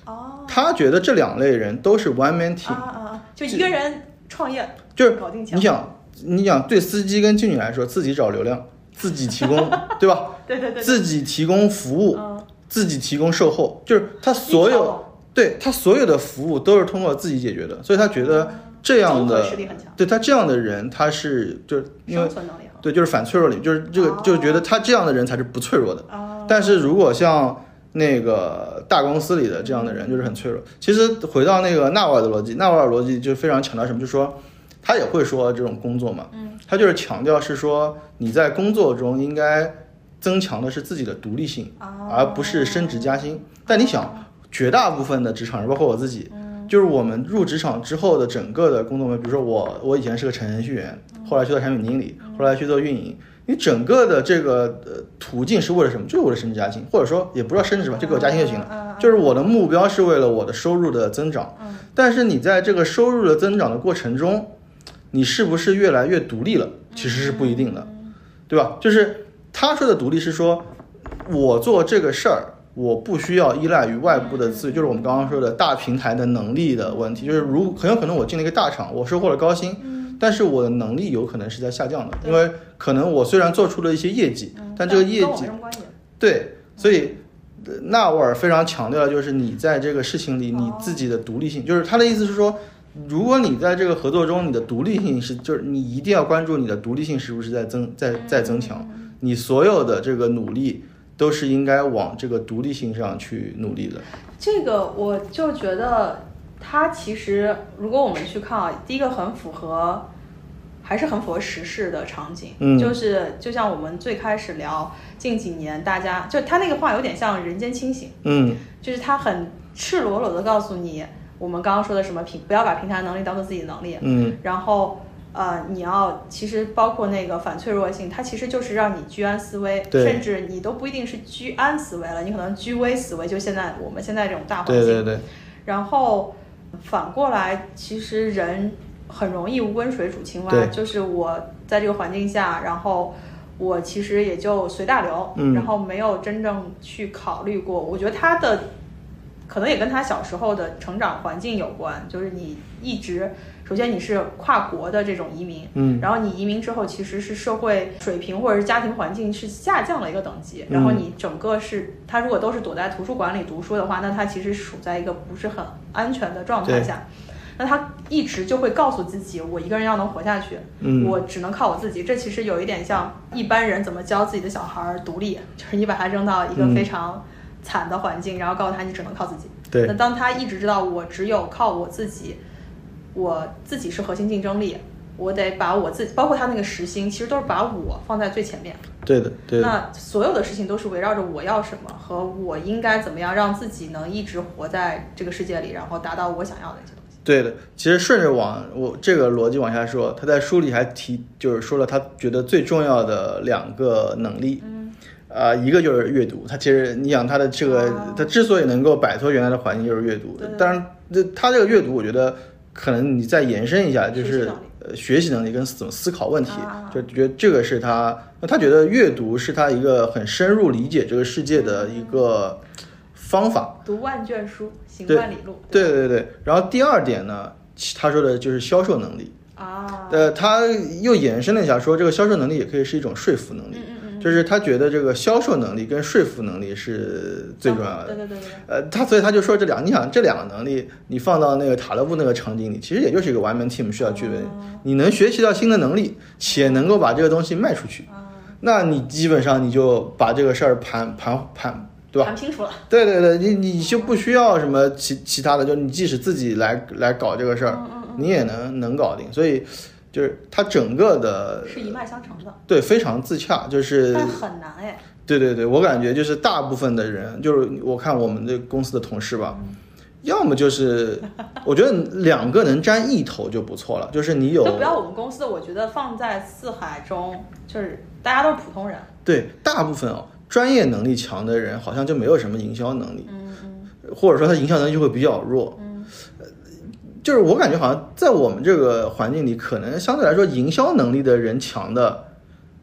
[SPEAKER 2] 哦，
[SPEAKER 1] 他觉得这两类人都是 one man team，
[SPEAKER 2] 啊啊，就一个人创业
[SPEAKER 1] 就是
[SPEAKER 2] 搞定。
[SPEAKER 1] 你想，你想对司机跟经理来说，自己找流量，自己提供，对吧？
[SPEAKER 2] 对对 对, 对，
[SPEAKER 1] 自己提供服务，
[SPEAKER 2] 嗯、
[SPEAKER 1] 自己提供售后，就是他所有对他所有的服务都是通过自己解决的，所以他觉得这样的、
[SPEAKER 2] 嗯、实力很强，
[SPEAKER 1] 对他这样的人，他是就是因为
[SPEAKER 2] 生存能力好，
[SPEAKER 1] 对，就是反脆弱里，就是这个、哦、就觉得他这样的人才是不脆弱的。
[SPEAKER 2] 哦、
[SPEAKER 1] 但是如果像那个大公司里的这样的人，就是很脆弱。其实回到那个纳瓦尔的逻辑，纳瓦尔逻辑就非常强调什么，就是说他也会说这种工作嘛，
[SPEAKER 2] 嗯，
[SPEAKER 1] 他就是强调是说你在工作中应该增强的是自己的独立性，
[SPEAKER 2] 哦、
[SPEAKER 1] 而不是升职加薪。但你想，绝大部分的职场人，包括我自己，
[SPEAKER 2] 嗯，
[SPEAKER 1] 就是我们入职场之后的整个的工作，比如说我我以前是个程序员，后来去做产品经理，后来去做运营。你整个的这个呃途径是为了什么？就是为了升职加薪，或者说也不知道升职吧，就给我加薪就行了。就是我的目标是为了我的收入的增长。但是你在这个收入的增长的过程中，你是不是越来越独立了？其实是不一定的，对吧？就是他说的独立是说，我做这个事儿，我不需要依赖于外部的资源，就是我们刚刚说的大平台的能力的问题。就是如很有可能我进了一个大厂，我收获了高薪。但是我的能力有可能是在下降的，因为可能我虽然做出了一些业绩，
[SPEAKER 2] 嗯、
[SPEAKER 1] 但这个业绩，对，所以纳瓦尔非常强调的就是你在这个事情里你自己的独立性，哦、就是他的意思是说，如果你在这个合作中你的独立性是，就是你一定要关注你的独立性是不是在增在在增强，你所有的这个努力都是应该往这个独立性上去努力的。
[SPEAKER 2] 这个我就觉得。它其实，如果我们去看啊，第一个很符合，还是很符合时事的场景，
[SPEAKER 1] 嗯，
[SPEAKER 2] 就是就像我们最开始聊近几年大家，就他那个话有点像人间清醒，
[SPEAKER 1] 嗯，
[SPEAKER 2] 就是他很赤裸裸的告诉你，我们刚刚说的什么平，不要把平台能力当做自己的能力，
[SPEAKER 1] 嗯，
[SPEAKER 2] 然后呃，你要其实包括那个反脆弱性，它其实就是让你居安思危，甚至你都不一定是居安思危了，你可能居危思危，就现在我们现在这种大环境，
[SPEAKER 1] 对对对，
[SPEAKER 2] 然后。反过来，其实人很容易温水煮青蛙，就是我在这个环境下，然后我其实也就随大流，
[SPEAKER 1] 嗯，
[SPEAKER 2] 然后没有真正去考虑过。我觉得他的可能也跟他小时候的成长环境有关，就是你一直，首先你是跨国的这种移民，
[SPEAKER 1] 嗯，
[SPEAKER 2] 然后你移民之后其实是社会水平或者是家庭环境是下降了一个等级，然后你整个是他如果都是躲在图书馆里读书的话，那他其实处在一个不是很安全的状态下，那他一直就会告诉自己，我一个人要能活下去，
[SPEAKER 1] 嗯，
[SPEAKER 2] 我只能靠我自己。这其实有一点像一般人怎么教自己的小孩独立，就是你把他扔到一个非常惨的环境，嗯，然后告诉他你只能靠自己。
[SPEAKER 1] 对，
[SPEAKER 2] 那当他一直知道我只有靠我自己，我自己是核心竞争力，我得把我自己，包括他那个时薪，其实都是把我放在最前面。
[SPEAKER 1] 对的，对的。
[SPEAKER 2] 那所有的事情都是围绕着我要什么和我应该怎么样让自己能一直活在这个世界里，然后达到我想要的一些东西。
[SPEAKER 1] 对的，其实顺着往我这个逻辑往下说，他在书里还提，就是说了他觉得最重要的两个能力。
[SPEAKER 2] 嗯。
[SPEAKER 1] 啊、呃，一个就是阅读，他其实你想他的这个，
[SPEAKER 2] 啊、
[SPEAKER 1] 他之所以能够摆脱原来的环境，就是阅读。当然，这他这个阅读，我觉得可能你再延伸一下，就是呃学习能力跟怎么思考问题，
[SPEAKER 2] 啊、
[SPEAKER 1] 就觉得这个是他，他觉得阅读是他一个很深入理解这个世界的一个方法。
[SPEAKER 2] 嗯、读万卷书，行万里路。
[SPEAKER 1] 对对 对, 对, 对。然后第二点呢，他说的就是销售能力。
[SPEAKER 2] 啊。
[SPEAKER 1] 呃，他又延伸了一下，说这个销售能力也可以是一种说服能力。
[SPEAKER 2] 嗯嗯。
[SPEAKER 1] 就是他觉得这个销售能力跟说服能力是最重要的。
[SPEAKER 2] 对对对对。
[SPEAKER 1] 呃，他所以他就说这两，你想这两个能力，你放到那个塔勒布那个场景里，其实也就是一个 one man team 需要具备。
[SPEAKER 2] 嗯、
[SPEAKER 1] 你能学习到新的能力，且能够把这个东西卖出去，
[SPEAKER 2] 嗯、
[SPEAKER 1] 那你基本上你就把这个事儿盘盘盘，对吧？
[SPEAKER 2] 盘清楚了。
[SPEAKER 1] 对对对，你你就不需要什么其其他的，就你即使自己来来搞这个事儿，
[SPEAKER 2] 嗯嗯嗯
[SPEAKER 1] 你也能能搞定。所以。就是它整个的
[SPEAKER 2] 是一脉相承的，
[SPEAKER 1] 对，非常自洽，就是
[SPEAKER 2] 但很难哎。
[SPEAKER 1] 对对对，我感觉就是大部分的人，就是我看我们这公司的同事吧，嗯、要么就是我觉得两个能沾一头就不错了，就是你有
[SPEAKER 2] 就不要我们公司，我觉得放在四海中，就是大家都是普通人。
[SPEAKER 1] 对，大部分哦，专业能力强的人好像就没有什么营销能力，
[SPEAKER 2] 嗯嗯，
[SPEAKER 1] 或者说他营销能力就会比较弱，
[SPEAKER 2] 嗯。
[SPEAKER 1] 就是我感觉好像在我们这个环境里，可能相对来说营销能力的人强的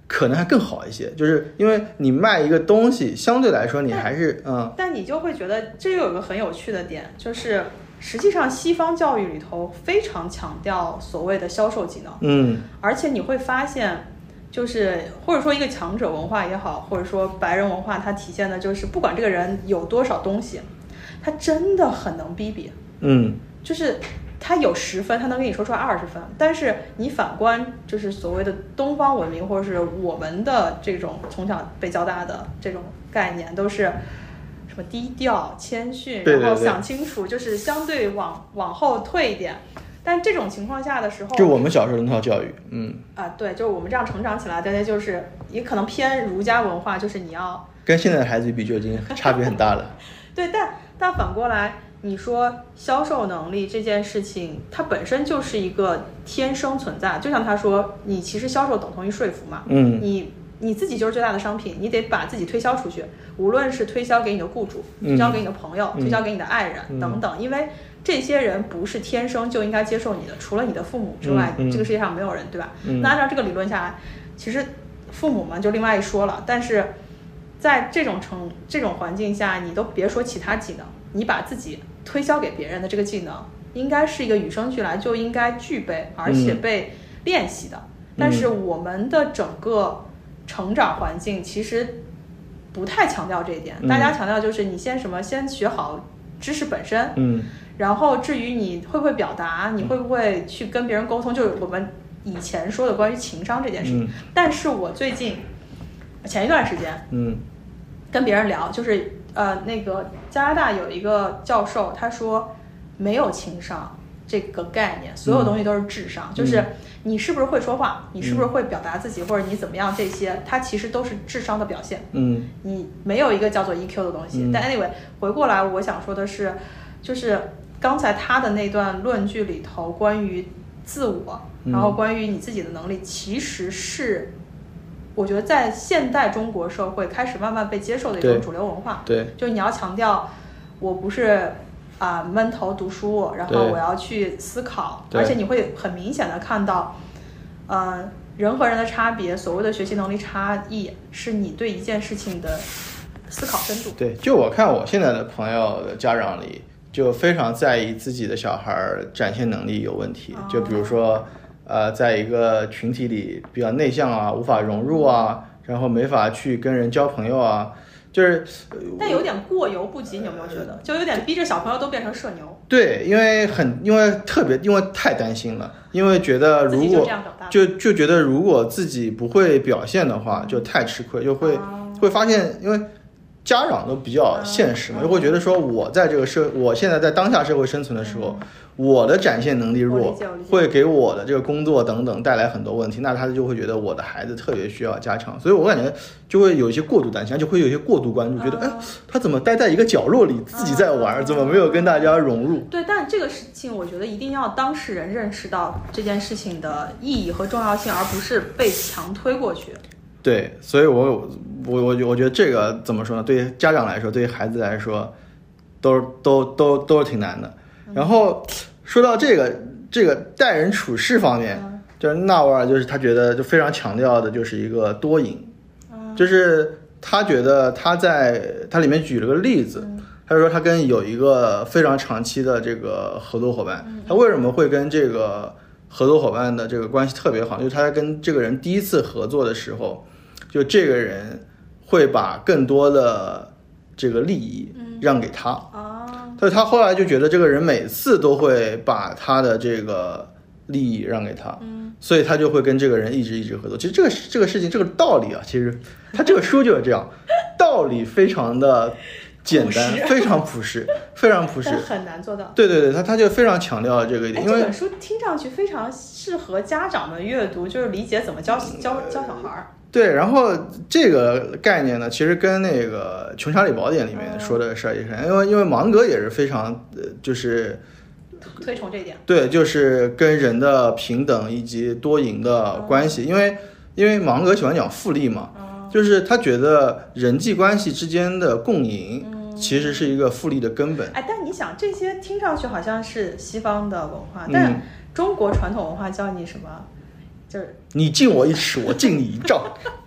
[SPEAKER 1] 可能还更好一些，就是因为你卖一个东西，相对来说你还是嗯，
[SPEAKER 2] 但你就会觉得这又有个很有趣的点，就是实际上西方教育里头非常强调所谓的销售技能，
[SPEAKER 1] 嗯，
[SPEAKER 2] 而且你会发现，就是或者说一个强者文化也好，或者说白人文化，它体现的就是不管这个人有多少东西，他真的很能逼逼，
[SPEAKER 1] 嗯，
[SPEAKER 2] 就是他有十分，他能跟你说出来二十分，但是你反观就是所谓的东方文明，或者是我们的这种从小被教大的这种概念，都是什么低调、谦逊，
[SPEAKER 1] 对对对，
[SPEAKER 2] 然后想清楚，就是相对往往后退一点。但这种情况下的时候，
[SPEAKER 1] 就我们小时候的那套教育，嗯
[SPEAKER 2] 啊，对，就是我们这样成长起来，大家就是也可能偏儒家文化，就是你要
[SPEAKER 1] 跟现在的孩子比就已经差别很大了。
[SPEAKER 2] 对，但但反过来，你说销售能力这件事情，它本身就是一个天生存在，就像他说，你其实销售等同于说服嘛，
[SPEAKER 1] 嗯，
[SPEAKER 2] 你你自己就是最大的商品，你得把自己推销出去，无论是推销给你的雇主，推销给你的朋友，
[SPEAKER 1] 嗯、
[SPEAKER 2] 推销给你的爱人、
[SPEAKER 1] 嗯、
[SPEAKER 2] 等等，因为这些人不是天生就应该接受你的，除了你的父母之外，
[SPEAKER 1] 嗯嗯、
[SPEAKER 2] 这个世界上没有人，对吧？
[SPEAKER 1] 嗯、
[SPEAKER 2] 那按照这个理论下来，其实父母们就另外一说了，但是在这种成这种环境下，你都别说其他技能，你把自己推销给别人的这个技能，应该是一个与生俱来就应该具备，而且被练习的。嗯、但是我们的整个成长环境其实不太强调这一点，
[SPEAKER 1] 嗯、
[SPEAKER 2] 大家强调就是你先什么，先学好知识本身，
[SPEAKER 1] 嗯，
[SPEAKER 2] 然后至于你会不会表达，你会不会去跟别人沟通，就是我们以前说的关于情商这件事情。
[SPEAKER 1] 嗯、
[SPEAKER 2] 但是我最近前一段时间，
[SPEAKER 1] 嗯，
[SPEAKER 2] 跟别人聊，就是呃，那个加拿大有一个教授，他说没有情商这个概念，所有东西都是智商，嗯、就是你是不是会说话，你是不是会表达自己，嗯、或者你怎么样，这些它其实都是智商的表现。
[SPEAKER 1] 嗯，
[SPEAKER 2] 你没有一个叫做 E Q 的东西。
[SPEAKER 1] 嗯、
[SPEAKER 2] 但 anyway， 回过来我想说的是，就是刚才他的那段论据里头关于自我，
[SPEAKER 1] 嗯、
[SPEAKER 2] 然后关于你自己的能力，其实是我觉得在现代中国社会开始慢慢被接受的一种主流文化。
[SPEAKER 1] 对，
[SPEAKER 2] 就是你要强调我不是啊、呃、闷头读书，然后我要去思考，而且你会很明显的看到呃人和人的差别，所谓的学习能力差异是你对一件事情的思考深度。
[SPEAKER 1] 对，就我看我现在的朋友的家长里，就非常在意自己的小孩展现能力有问题，哦、就比如说呃，在一个群体里比较内向啊，无法融入啊，然后没法去跟人交朋友啊，就是，
[SPEAKER 2] 但有点过犹不及，你有没有觉得？就有点逼着小朋友都变成社牛。
[SPEAKER 1] 对，因为很，因为特别，因为太担心了，因为觉得如果就就觉得如果自己不会表现的话，就太吃亏，就会、嗯、会发现，因为家长都比较现实嘛，嗯、就会觉得说我在这个社，我现在在当下社会生存的时候。嗯我的展现能力弱，会给我的这个工作等等带来很多问题，那他就会觉得我的孩子特别需要加强，所以我感觉就会有一些过度担心，就会有一些过度关注，觉得哎，他怎么待在一个角落里自己在玩，怎么没有跟大家融入？
[SPEAKER 2] 对，但这个事情我觉得一定要当事人认识到这件事情的意义和重要性，而不是被强推过去。
[SPEAKER 1] 对，所以我我我我觉得这个怎么说呢？对于家长来说，对于孩子来说，都都都都是挺难的。然后说到这个这个待人处事方面，就是纳瓦尔就是他觉得就非常强调的就是一个多赢，就是他觉得他在他里面举了个例子，他说他跟有一个非常长期的这个合作伙伴，他为什么会跟这个合作伙伴的这个关系特别好，就是他跟这个人第一次合作的时候，就这个人会把更多的这个利益让给他。所以他后来就觉得这个人每次都会把他的这个利益让给他，嗯，所以他就会跟这个人一直一直合作。其实这个这个事情这个道理啊，其实他这个书就是这样，道理非常的简单，非常朴实，非常朴实，
[SPEAKER 2] 但很难做到。
[SPEAKER 1] 对对对，他他就非常强调这个一点，因为
[SPEAKER 2] 这本书听上去非常适合家长们阅读，就是理解怎么教教教小孩。
[SPEAKER 1] 对，然后这个概念呢，其实跟那个《穷查理宝典》里面说的事儿也是，因为因为芒格也是非常呃，就是
[SPEAKER 2] 推崇这一点。
[SPEAKER 1] 对，就是跟人的平等以及多赢的关系，嗯、因为因为芒格喜欢讲复利嘛，嗯、就是他觉得人际关系之间的共赢，嗯、其实是一个复利的根本。
[SPEAKER 2] 哎，但你想，这些听上去好像是西方的文化，但中国传统文化教你什么？就是
[SPEAKER 1] 你敬我一尺，我敬你一丈。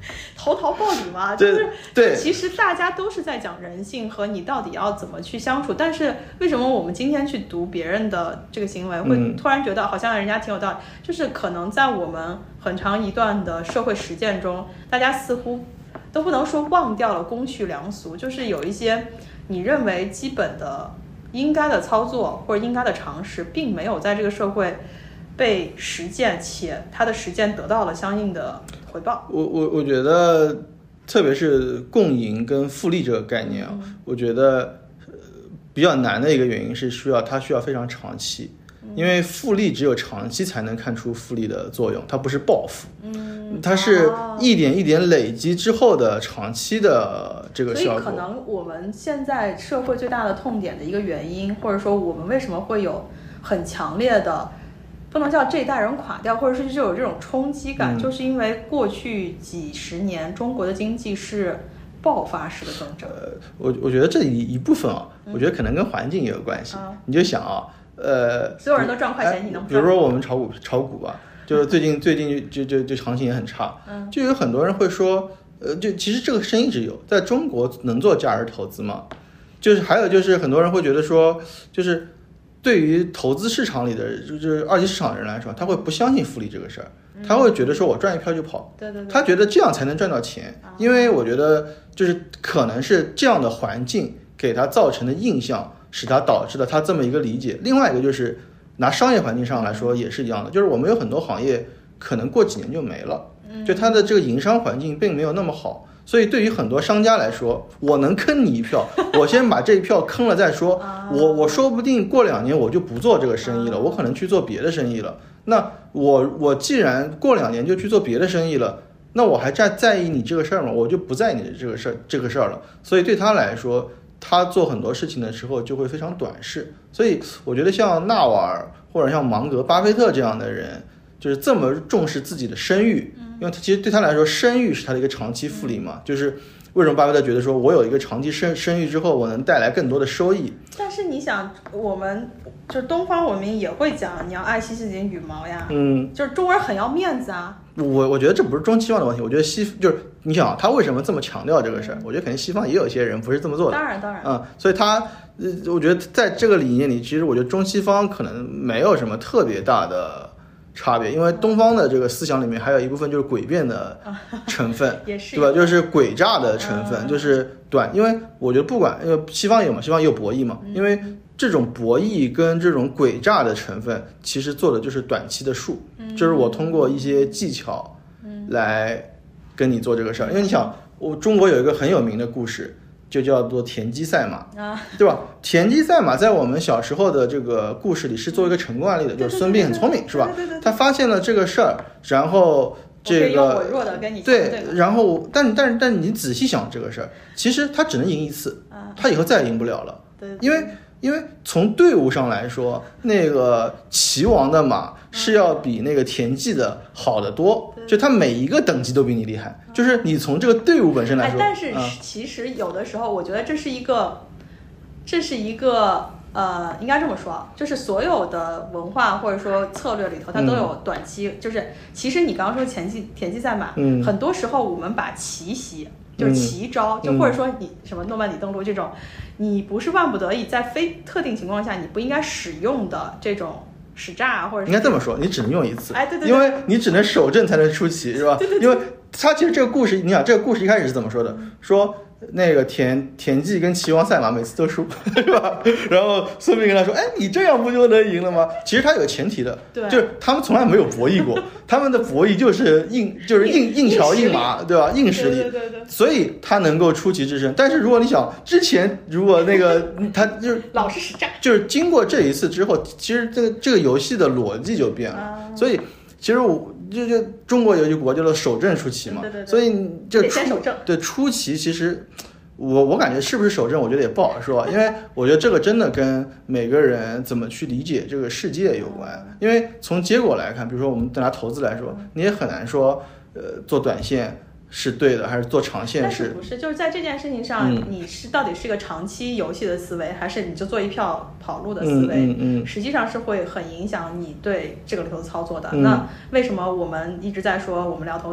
[SPEAKER 2] 投桃报李嘛，就是对，其实大家都是在讲人性和你到底要怎么去相处。但是为什么我们今天去读别人的这个行为，会突然觉得好像人家挺有道理？嗯、就是可能在我们很长一段的社会实践中，大家似乎都不能说忘掉了公序良俗，就是有一些你认为基本的应该的操作或者应该的常识，并没有在这个社会被实践，且它的实践得到了相应的回报。
[SPEAKER 1] 我我我觉得，特别是共赢跟复利这个概念啊，嗯、我觉得、呃、比较难的一个原因是需要它需要非常长期，嗯、因为复利只有长期才能看出复利的作用，它不是暴富，嗯，它是一点一点累积之后的长期的这个效果。
[SPEAKER 2] 所以可能我们现在社会最大的痛点的一个原因，或者说我们为什么会有很强烈的。不能叫这一代人垮掉，或者是就有这种冲击感、嗯、就是因为过去几十年中国的经济是爆发式的增长。
[SPEAKER 1] 呃，我我觉得这一一部分啊，我觉得可能跟环境也有关系。嗯、你就想啊，呃，
[SPEAKER 2] 所有人都赚快钱，你能不赚？
[SPEAKER 1] 比如说我们炒股炒股吧，就是最近最近就就就行情也很差，嗯，就有很多人会说，呃，就其实这个生意一直有，在中国能做价值投资吗？就是还有就是很多人会觉得说，就是。对于投资市场里的就是二级市场的人来说，他会不相信复利这个事儿，他会觉得说我赚一票就跑，
[SPEAKER 2] 对对对，
[SPEAKER 1] 他觉得这样才能赚到钱，因为我觉得就是可能是这样的环境给他造成的印象，使他导致了他这么一个理解。另外一个就是拿商业环境上来说也是一样的，就是我们有很多行业可能过几年就没了，就它的这个营商环境并没有那么好。所以对于很多商家来说，我能坑你一票，我先把这一票坑了再说，我我说不定过两年我就不做这个生意了，我可能去做别的生意了。那我我既然过两年就去做别的生意了，那我还在在意你这个事儿吗？我就不在意你这个事儿这个事儿了。所以对他来说，他做很多事情的时候就会非常短视。所以我觉得像纳瓦尔或者像芒格、巴菲特这样的人，就是这么重视自己的声誉。因为他其实对他来说，声誉是他的一个长期复利嘛，就是为什么巴菲特觉得说我有一个长期声声誉之后，我能带来更多的收益。
[SPEAKER 2] 但是你想，我们就是东方文明也会讲你要爱惜自己的羽毛呀，
[SPEAKER 1] 嗯，
[SPEAKER 2] 就是中国人很要面子啊。
[SPEAKER 1] 我我觉得这不是中西方的问题，我觉得西就是你想他为什么这么强调这个事儿、嗯？我觉得肯定西方也有一些人不是这么做的。
[SPEAKER 2] 当然当然，
[SPEAKER 1] 嗯，所以他呃，我觉得在这个理念里，其实我觉得中西方可能没有什么特别大的差别，因为东方的这个思想里面还有一部分就是诡辩的成分，
[SPEAKER 2] 也是
[SPEAKER 1] 对吧？就是诡诈的成分，就是短。因为我觉得不管，因为西方有嘛，西方也有博弈嘛，因为这种博弈跟这种诡诈的成分，其实做的就是短期的术，就是我通过一些技巧来跟你做这个事儿。因为你想，我中国有一个很有名的故事。就叫做田忌赛马，对吧？田忌赛马在我们小时候的这个故事里是做一个成功案例的，就是孙膑很聪明，是吧？他发现了这个事儿，然后这个对，然后但但但你仔细想这个事儿，其实他只能赢一次，他以后再也赢不了了，因为因为从队伍上来说，那个齐王的马是要比那个田忌的好得多，就他每一个等级都比你厉害。就是你从这个队伍本身来说，
[SPEAKER 2] 但是其实有的时候，我觉得这是一个，这是一个呃，应该这么说，就是所有的文化或者说策略里头，它都有短期。嗯、就是其实你刚刚说田忌田忌赛马，嗯，很多时候我们把奇袭，就是奇招，嗯、就或者说你什么诺曼底登陆这种，你不是万不得已在非特定情况下你不应该使用的这种。使诈或者
[SPEAKER 1] 应该这么说，你只能用一次，
[SPEAKER 2] 哎，对对对，
[SPEAKER 1] 因为你只能守正才能出奇，是吧？
[SPEAKER 2] 对对对，
[SPEAKER 1] 因为他其实这个故事，你想这个故事一开始是怎么说的？嗯、说那个田田忌跟齐王赛马每次都输，是吧？然后孙膑跟他说：“哎，你这样不就能赢了吗？”其实他有个前提的，
[SPEAKER 2] 对，
[SPEAKER 1] 就是他们从来没有博弈过，他们的博弈就是硬，就是硬硬桥硬马，对吧？硬实力，
[SPEAKER 2] 对对对对，
[SPEAKER 1] 所以他能够出奇制胜。但是如果你想之前，如果那个他就是
[SPEAKER 2] 老是使诈，
[SPEAKER 1] 就是经过这一次之后，其实这个这个游戏的逻辑就变了，
[SPEAKER 2] 啊、
[SPEAKER 1] 所以。其实我就就中国有一句古话叫做守正出奇嘛，
[SPEAKER 2] 对对对，
[SPEAKER 1] 所以就
[SPEAKER 2] 先守正。
[SPEAKER 1] 对出奇，其实我我感觉是不是守正，我觉得也不好说，因为我觉得这个真的跟每个人怎么去理解这个世界有关。因为从结果来看，比如说我们拿投资来说，你也很难说，呃，做短线是对的，还是做长线是？
[SPEAKER 2] 但是不是？就是在这件事情上，嗯、你是到底是个长期游戏的思维，还是你就做一票跑路的思维？
[SPEAKER 1] 嗯嗯嗯、
[SPEAKER 2] 实际上是会很影响你对这个里头的操作的。
[SPEAKER 1] 嗯、
[SPEAKER 2] 那为什么我们一直在说我们聊投资？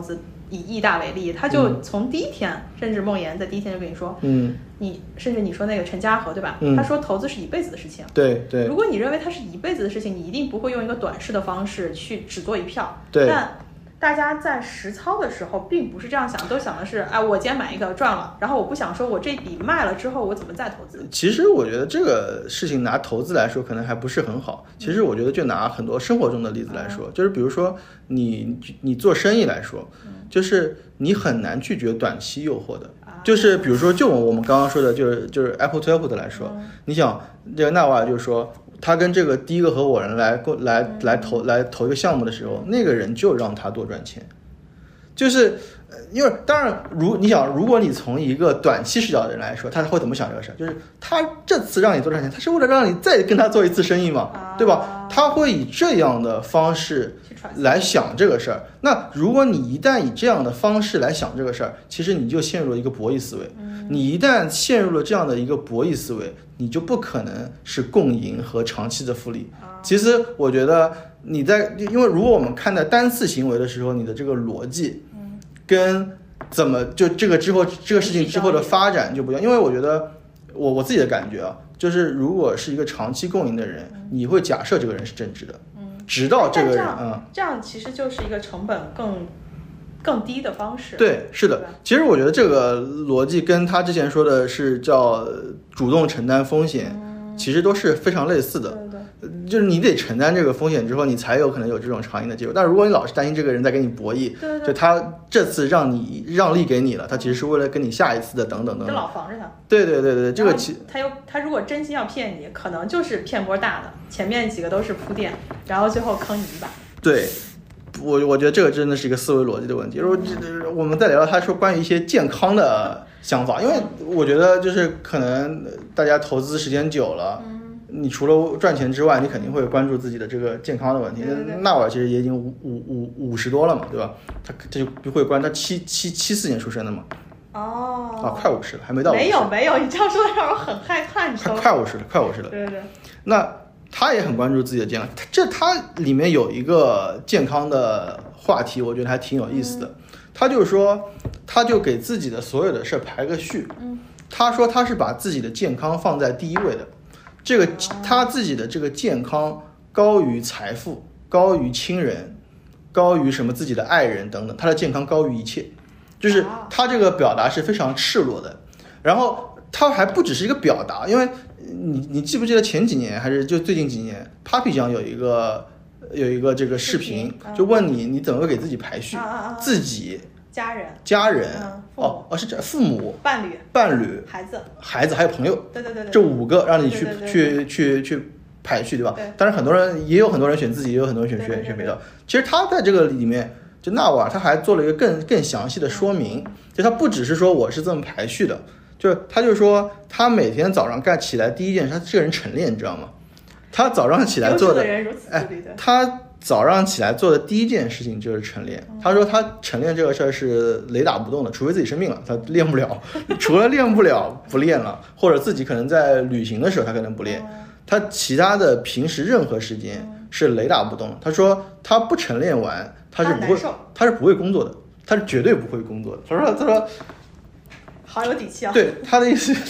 [SPEAKER 2] 以易大为例，他就从第一天，嗯、甚至梦妍在第一天就跟你说，
[SPEAKER 1] 嗯，
[SPEAKER 2] 你甚至你说那个陈家和对吧？
[SPEAKER 1] 嗯，
[SPEAKER 2] 他说投资是一辈子的事情。
[SPEAKER 1] 对对。
[SPEAKER 2] 如果你认为它是一辈子的事情，你一定不会用一个短视的方式去只做一票。
[SPEAKER 1] 对。
[SPEAKER 2] 但大家在实操的时候并不是这样想，都想的是，哎，我今天买一个赚了，然后我不想说我这笔卖了之后我怎么再投资。
[SPEAKER 1] 其实我觉得这个事情拿投资来说可能还不是很好。其实我觉得就拿很多生活中的例子来说，嗯、就是比如说你你做生意来说，嗯、就是你很难拒绝短期诱惑的。啊、就是比如说就我们刚刚说的，就是就是 Apple to Apple 的来说，嗯、你想这个纳瓦尔就是说。他跟这个第一个合伙人来来来投来投一个项目的时候，那个人就让他多赚钱，就是因为当然如你想，如果你从一个短期视角的人来说，他会怎么想这个事儿？就是他这次让你多赚钱，他是为了让你再跟他做一次生意嘛，对吧？他会以这样的方式来想这个事儿。那如果你一旦以这样的方式来想这个事儿，其实你就陷入了一个博弈思维。你一旦陷入了这样的一个博弈思维，你就不可能是共赢和长期的复利。其实我觉得你在，因为如果我们看待单次行为的时候，你的这个逻辑跟怎么就这个之后这个事情之后的发展就不一样。因为我觉得我我自己的感觉啊，就是如果是一个长期共赢的人，你会假设这个人是正直的，直到这个人嗯，
[SPEAKER 2] 这样其实就是一个成本更更低的方式。
[SPEAKER 1] 对，是的。其实我觉得这个逻辑跟他之前说的是叫主动承担风险，嗯、其实都是非常类似的。
[SPEAKER 2] 对对，
[SPEAKER 1] 就是你得承担这个风险之后，你才有可能有这种长赢的结果。但如果你老是担心这个人在跟你博弈，
[SPEAKER 2] 对对对，
[SPEAKER 1] 就他这次让你让利给你了，他其实是为了跟你下一次的等等等等。
[SPEAKER 2] 就老防着他。
[SPEAKER 1] 对对对对，这个其
[SPEAKER 2] 他又他如果真心要骗你，可能就是骗波大的，前面几个都是铺垫，然后最后坑你一把。
[SPEAKER 1] 对。我我觉得这个真的是一个思维逻辑的问题。如果我们再聊聊他说关于一些健康的想法，因为我觉得就是可能大家投资时间久了，嗯、你除了赚钱之外，你肯定会关注自己的这个健康的问题。纳瓦尔其实也已经五五五五十多了嘛，对吧？他他就不会关，他七七七四年出生的嘛。
[SPEAKER 2] 哦。
[SPEAKER 1] 啊，快五十了，还没到五十。
[SPEAKER 2] 没有没有，你这样说让我很害怕。你
[SPEAKER 1] 快快五十了，快五十了。
[SPEAKER 2] 对对。
[SPEAKER 1] 那。他也很关注自己的健康，这他里面有一个健康的话题，我觉得还挺有意思的。嗯、他就是说，他就给自己的所有的事排个序。嗯、他说他是把自己的健康放在第一位的，这个、哦、他自己的这个健康高于财富，高于亲人，高于什么自己的爱人等等，他的健康高于一切，就是他这个表达是非常赤裸的。然后他还不只是一个表达，因为。你你记不记得前几年还是就最近几年 Papi 酱有一个有一个这个视频，嗯、就问你你怎么给自己排序，
[SPEAKER 2] 啊、
[SPEAKER 1] 自己
[SPEAKER 2] 家人
[SPEAKER 1] 家人、
[SPEAKER 2] 嗯、
[SPEAKER 1] 哦哦是这父母
[SPEAKER 2] 伴侣
[SPEAKER 1] 伴侣
[SPEAKER 2] 孩子
[SPEAKER 1] 孩子还有朋友，
[SPEAKER 2] 对对 对, 对，
[SPEAKER 1] 这五个让你去
[SPEAKER 2] 对对对
[SPEAKER 1] 去去去排序，对吧？
[SPEAKER 2] 对，
[SPEAKER 1] 当然很多人也有很多人选自己，也有很多人选选选别的。其实他在这个里面，就纳瓦尔他还做了一个更更详细的说明，嗯、就他不只是说我是这么排序的。就他就说，他每天早上干起来第一件事，他这个人晨练，你知道吗？他早上起来做的，哎，他早上起来做的第一件事情就是晨练。嗯、他说他晨练这个事儿是雷打不动的，除非自己生病了，他练不了。除了练不了不练了，或者自己可能在旅行的时候他可能不练，嗯、他其他的平时任何时间是雷打不动。他说他不晨练完，他是不会，他是不会工作的，他是绝对不会工作的。他说他说。
[SPEAKER 2] 好有底气啊！
[SPEAKER 1] 对他的意思，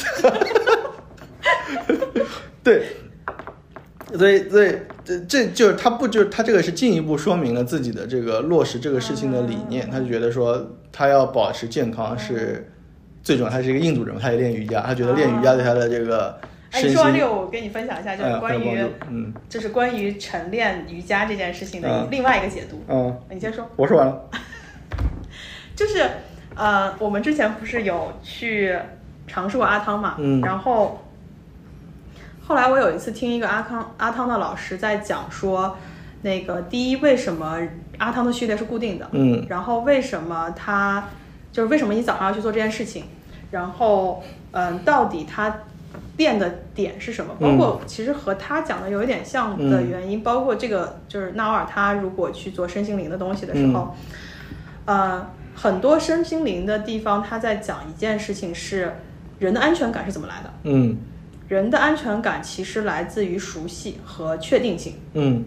[SPEAKER 1] 对，所以所以这这就是他不就是他这个是进一步说明了自己的这个落实这个事情的理念。嗯、他就觉得说他要保持健康是最重要。他是一个印度人，他也练瑜伽，他觉得练瑜伽对他的这个身心。
[SPEAKER 2] 哎，说完这个，我跟你分享一下，就是关于
[SPEAKER 1] 嗯，
[SPEAKER 2] 就是关于晨练瑜伽这件事情的另外一个解读。
[SPEAKER 1] 嗯，
[SPEAKER 2] 你先说。
[SPEAKER 1] 我说完了。
[SPEAKER 2] 就是。呃，我们之前不是有去尝试过阿汤嘛？
[SPEAKER 1] 嗯，
[SPEAKER 2] 然后后来我有一次听一个阿汤阿汤的老师在讲说，那个第一，为什么阿汤的序列是固定的？
[SPEAKER 1] 嗯，
[SPEAKER 2] 然后为什么他就是为什么你早上要去做这件事情？然后嗯、呃，到底他练的点是什么？包括其实和他讲的有一点像的原因，嗯、包括这个就是纳瓦尔他如果去做身心灵的东西的时候，嗯、呃。很多身心灵的地方，他在讲一件事情是人的安全感是怎么来的。
[SPEAKER 1] 嗯，
[SPEAKER 2] 人的安全感其实来自于熟悉和确定性。
[SPEAKER 1] 嗯，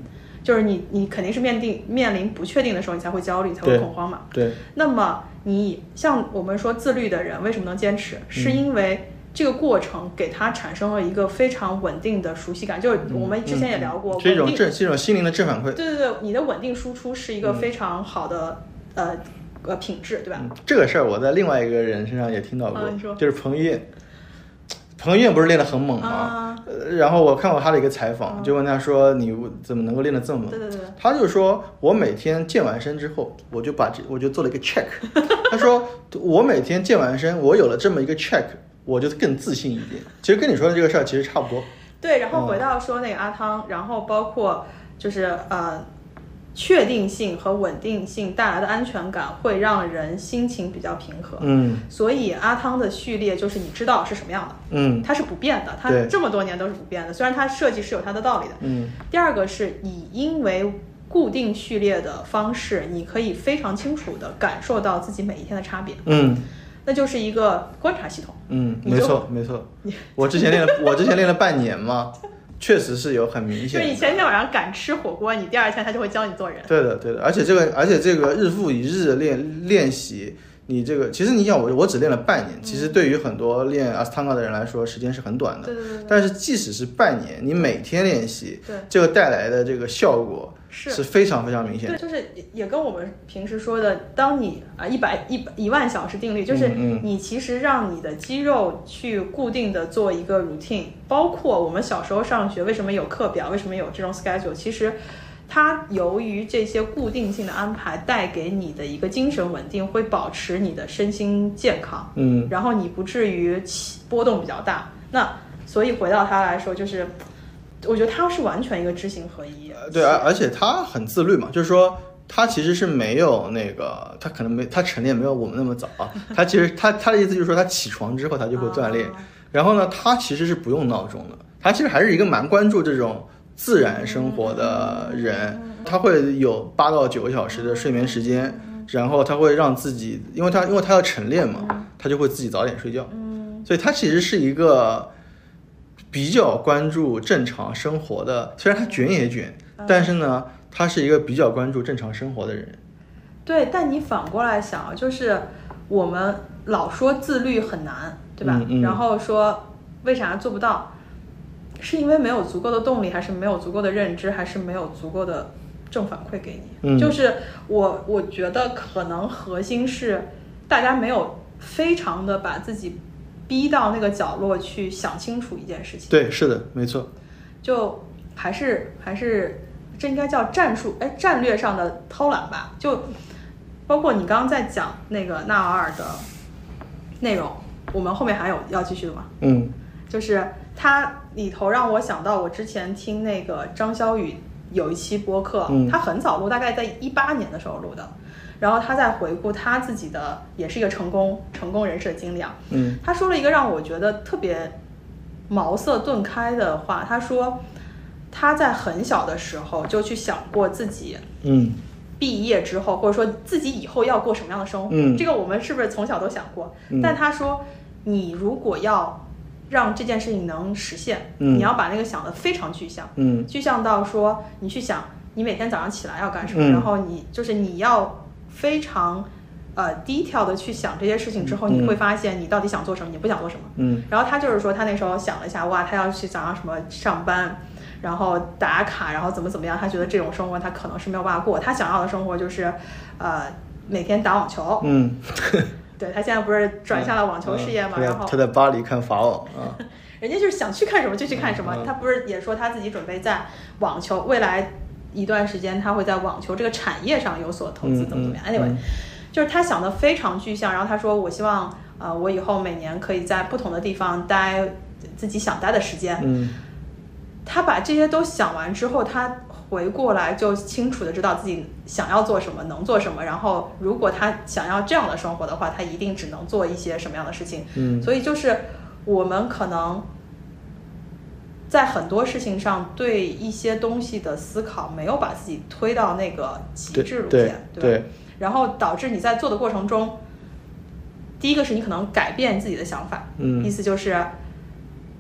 [SPEAKER 2] 就是你你肯定是面定面临不确定的时候，你才会焦虑，才会恐慌嘛。
[SPEAKER 1] 对。对
[SPEAKER 2] 那么你像我们说自律的人为什么能坚持，是因为这个过程给他产生了一个非常稳定的熟悉感，就是我们之前也聊过，
[SPEAKER 1] 是一种正，是一种心灵的正反馈。
[SPEAKER 2] 对对对，你的稳定输出是一个非常好的、嗯、呃呃品质，对吧？
[SPEAKER 1] 嗯、这个事儿我在另外一个人身上也听到过，
[SPEAKER 2] 啊、
[SPEAKER 1] 就是彭于晏。彭于晏不是练得很猛吗？
[SPEAKER 2] 啊
[SPEAKER 1] 呃，然后我看过他的一个采访，就问他说：“你怎么能够练得这么猛？”
[SPEAKER 2] 对对对，
[SPEAKER 1] 他就说：“我每天健完身之后，我就把这我就做了一个 check。”他说：“我每天健完身，我有了这么一个 check， 我就更自信一点。”其实跟你说的这个事儿其实差不多。
[SPEAKER 2] 对，然后回到说那个阿汤，嗯、然后包括就是呃。确定性和稳定性带来的安全感会让人心情比较平和，
[SPEAKER 1] 嗯，
[SPEAKER 2] 所以阿汤的序列就是你知道是什么样的，
[SPEAKER 1] 嗯，
[SPEAKER 2] 它是不变的，它这么多年都是不变的，虽然它设计是有它的道理的，
[SPEAKER 1] 嗯。
[SPEAKER 2] 第二个是你因为固定序列的方式，你可以非常清楚地感受到自己每一天的差别，
[SPEAKER 1] 嗯，
[SPEAKER 2] 那就是一个观察系统，
[SPEAKER 1] 嗯，没错没错，我之前练了我之前练了半年嘛。确实是有很明显的，
[SPEAKER 2] 就是你前天晚上敢吃火锅，你第二天他就会教你做人。
[SPEAKER 1] 对的，对的，而且这个，而且这个日复一日的练练习，你这个其实你想我我只练了半年，其实对于很多练阿斯汤加的人来说，时间是很短的。
[SPEAKER 2] 对对 对, 对。
[SPEAKER 1] 但是即使是半年，你每天练习，
[SPEAKER 2] 对，
[SPEAKER 1] 这个带来的这个效果
[SPEAKER 2] 是
[SPEAKER 1] 是非常非常明显的。
[SPEAKER 2] 对，就是也跟我们平时说的，当你啊一百一一万小时定律，就是你其实让你的肌肉去固定的做一个 routine， 包括我们小时候上学为什么有课表，为什么有这种 schedule， 其实。它由于这些固定性的安排带给你的一个精神稳定，会保持你的身心健康，
[SPEAKER 1] 嗯，
[SPEAKER 2] 然后你不至于波动比较大。那所以回到它来说，就是我觉得它是完全一个知行合一。
[SPEAKER 1] 对，而而且它很自律嘛，就是说他其实是没有那个，他可能没他晨练没有我们那么早啊。他其实他他的意思就是说，他起床之后他就会锻炼，然后呢，他其实是不用闹钟的，他其实还是一个蛮关注这种自然生活的人，他会有八到九个小时的睡眠时间，然后他会让自己，因为他因为他要晨练嘛，他就会自己早点睡觉，所以他其实是一个比较关注正常生活的，虽然他卷也卷，但是呢，他是一个比较关注正常生活的人。
[SPEAKER 2] 对，但你反过来想，就是我们老说自律很难，对吧？
[SPEAKER 1] 嗯嗯、
[SPEAKER 2] 然后说为啥做不到？是因为没有足够的动力，还是没有足够的认知，还是没有足够的正反馈给你？
[SPEAKER 1] 嗯，
[SPEAKER 2] 就是我我觉得可能核心是大家没有非常的把自己逼到那个角落去想清楚一件事情。
[SPEAKER 1] 对，是的，没错。
[SPEAKER 2] 就还是还是这应该叫战术，哎，战略上的偷懒吧。就包括你刚刚在讲那个纳瓦尔的内容，我们后面还有要继续的吗？
[SPEAKER 1] 嗯，
[SPEAKER 2] 就是它里头让我想到我之前听那个张小雨有一期播客，
[SPEAKER 1] 嗯，
[SPEAKER 2] 他很早录，大概在一八年的时候录的，然后他在回顾他自己的也是一个成功成功人士的经历啊，
[SPEAKER 1] 嗯，
[SPEAKER 2] 他说了一个让我觉得特别茅塞顿开的话，他说他在很小的时候就去想过自己，
[SPEAKER 1] 嗯，
[SPEAKER 2] 毕业之后或者说自己以后要过什么样的生活，
[SPEAKER 1] 嗯，
[SPEAKER 2] 这个我们是不是从小都想过？
[SPEAKER 1] 嗯，
[SPEAKER 2] 但他说你如果要让这件事情能实现，
[SPEAKER 1] 嗯，
[SPEAKER 2] 你要把那个想得非常具象，
[SPEAKER 1] 嗯，
[SPEAKER 2] 具象到说你去想你每天早上起来要干什么，
[SPEAKER 1] 嗯，
[SPEAKER 2] 然后你就是你要非常呃低调的去想这些事情之后，
[SPEAKER 1] 嗯，
[SPEAKER 2] 你会发现你到底想做什么，你不想做什么。
[SPEAKER 1] 嗯，
[SPEAKER 2] 然后他就是说他那时候想了一下，哇，他要去早上什么上班，然后打卡，然后怎么怎么样，他觉得这种生活他可能是没有办法过，他想要的生活就是呃每天打网球。
[SPEAKER 1] 嗯。
[SPEAKER 2] 对，他现在不是转向了网球事业嘛，
[SPEAKER 1] 嗯嗯、
[SPEAKER 2] 然后
[SPEAKER 1] 他在巴黎看法网啊，
[SPEAKER 2] 人家就是想去看什么就去看什么、
[SPEAKER 1] 嗯嗯、
[SPEAKER 2] 他不是也说他自己准备在网球未来一段时间他会在网球这个产业上有所投资，怎么怎么样、
[SPEAKER 1] 嗯、
[SPEAKER 2] anyway、嗯、就是他想的非常具象，然后他说我希望呃我以后每年可以在不同的地方待自己想待的时间。
[SPEAKER 1] 嗯，
[SPEAKER 2] 他把这些都想完之后，他回过来就清楚的知道自己想要做什么，能做什么，然后如果他想要这样的生活的话，他一定只能做一些什么样的事情。
[SPEAKER 1] 嗯，
[SPEAKER 2] 所以就是我们可能在很多事情上对一些东西的思考没有把自己推到那个极致路线， 对, 对, 对吧？然后导致你在做的过程中，第一个是你可能改变自己的想法，
[SPEAKER 1] 嗯，
[SPEAKER 2] 意思就是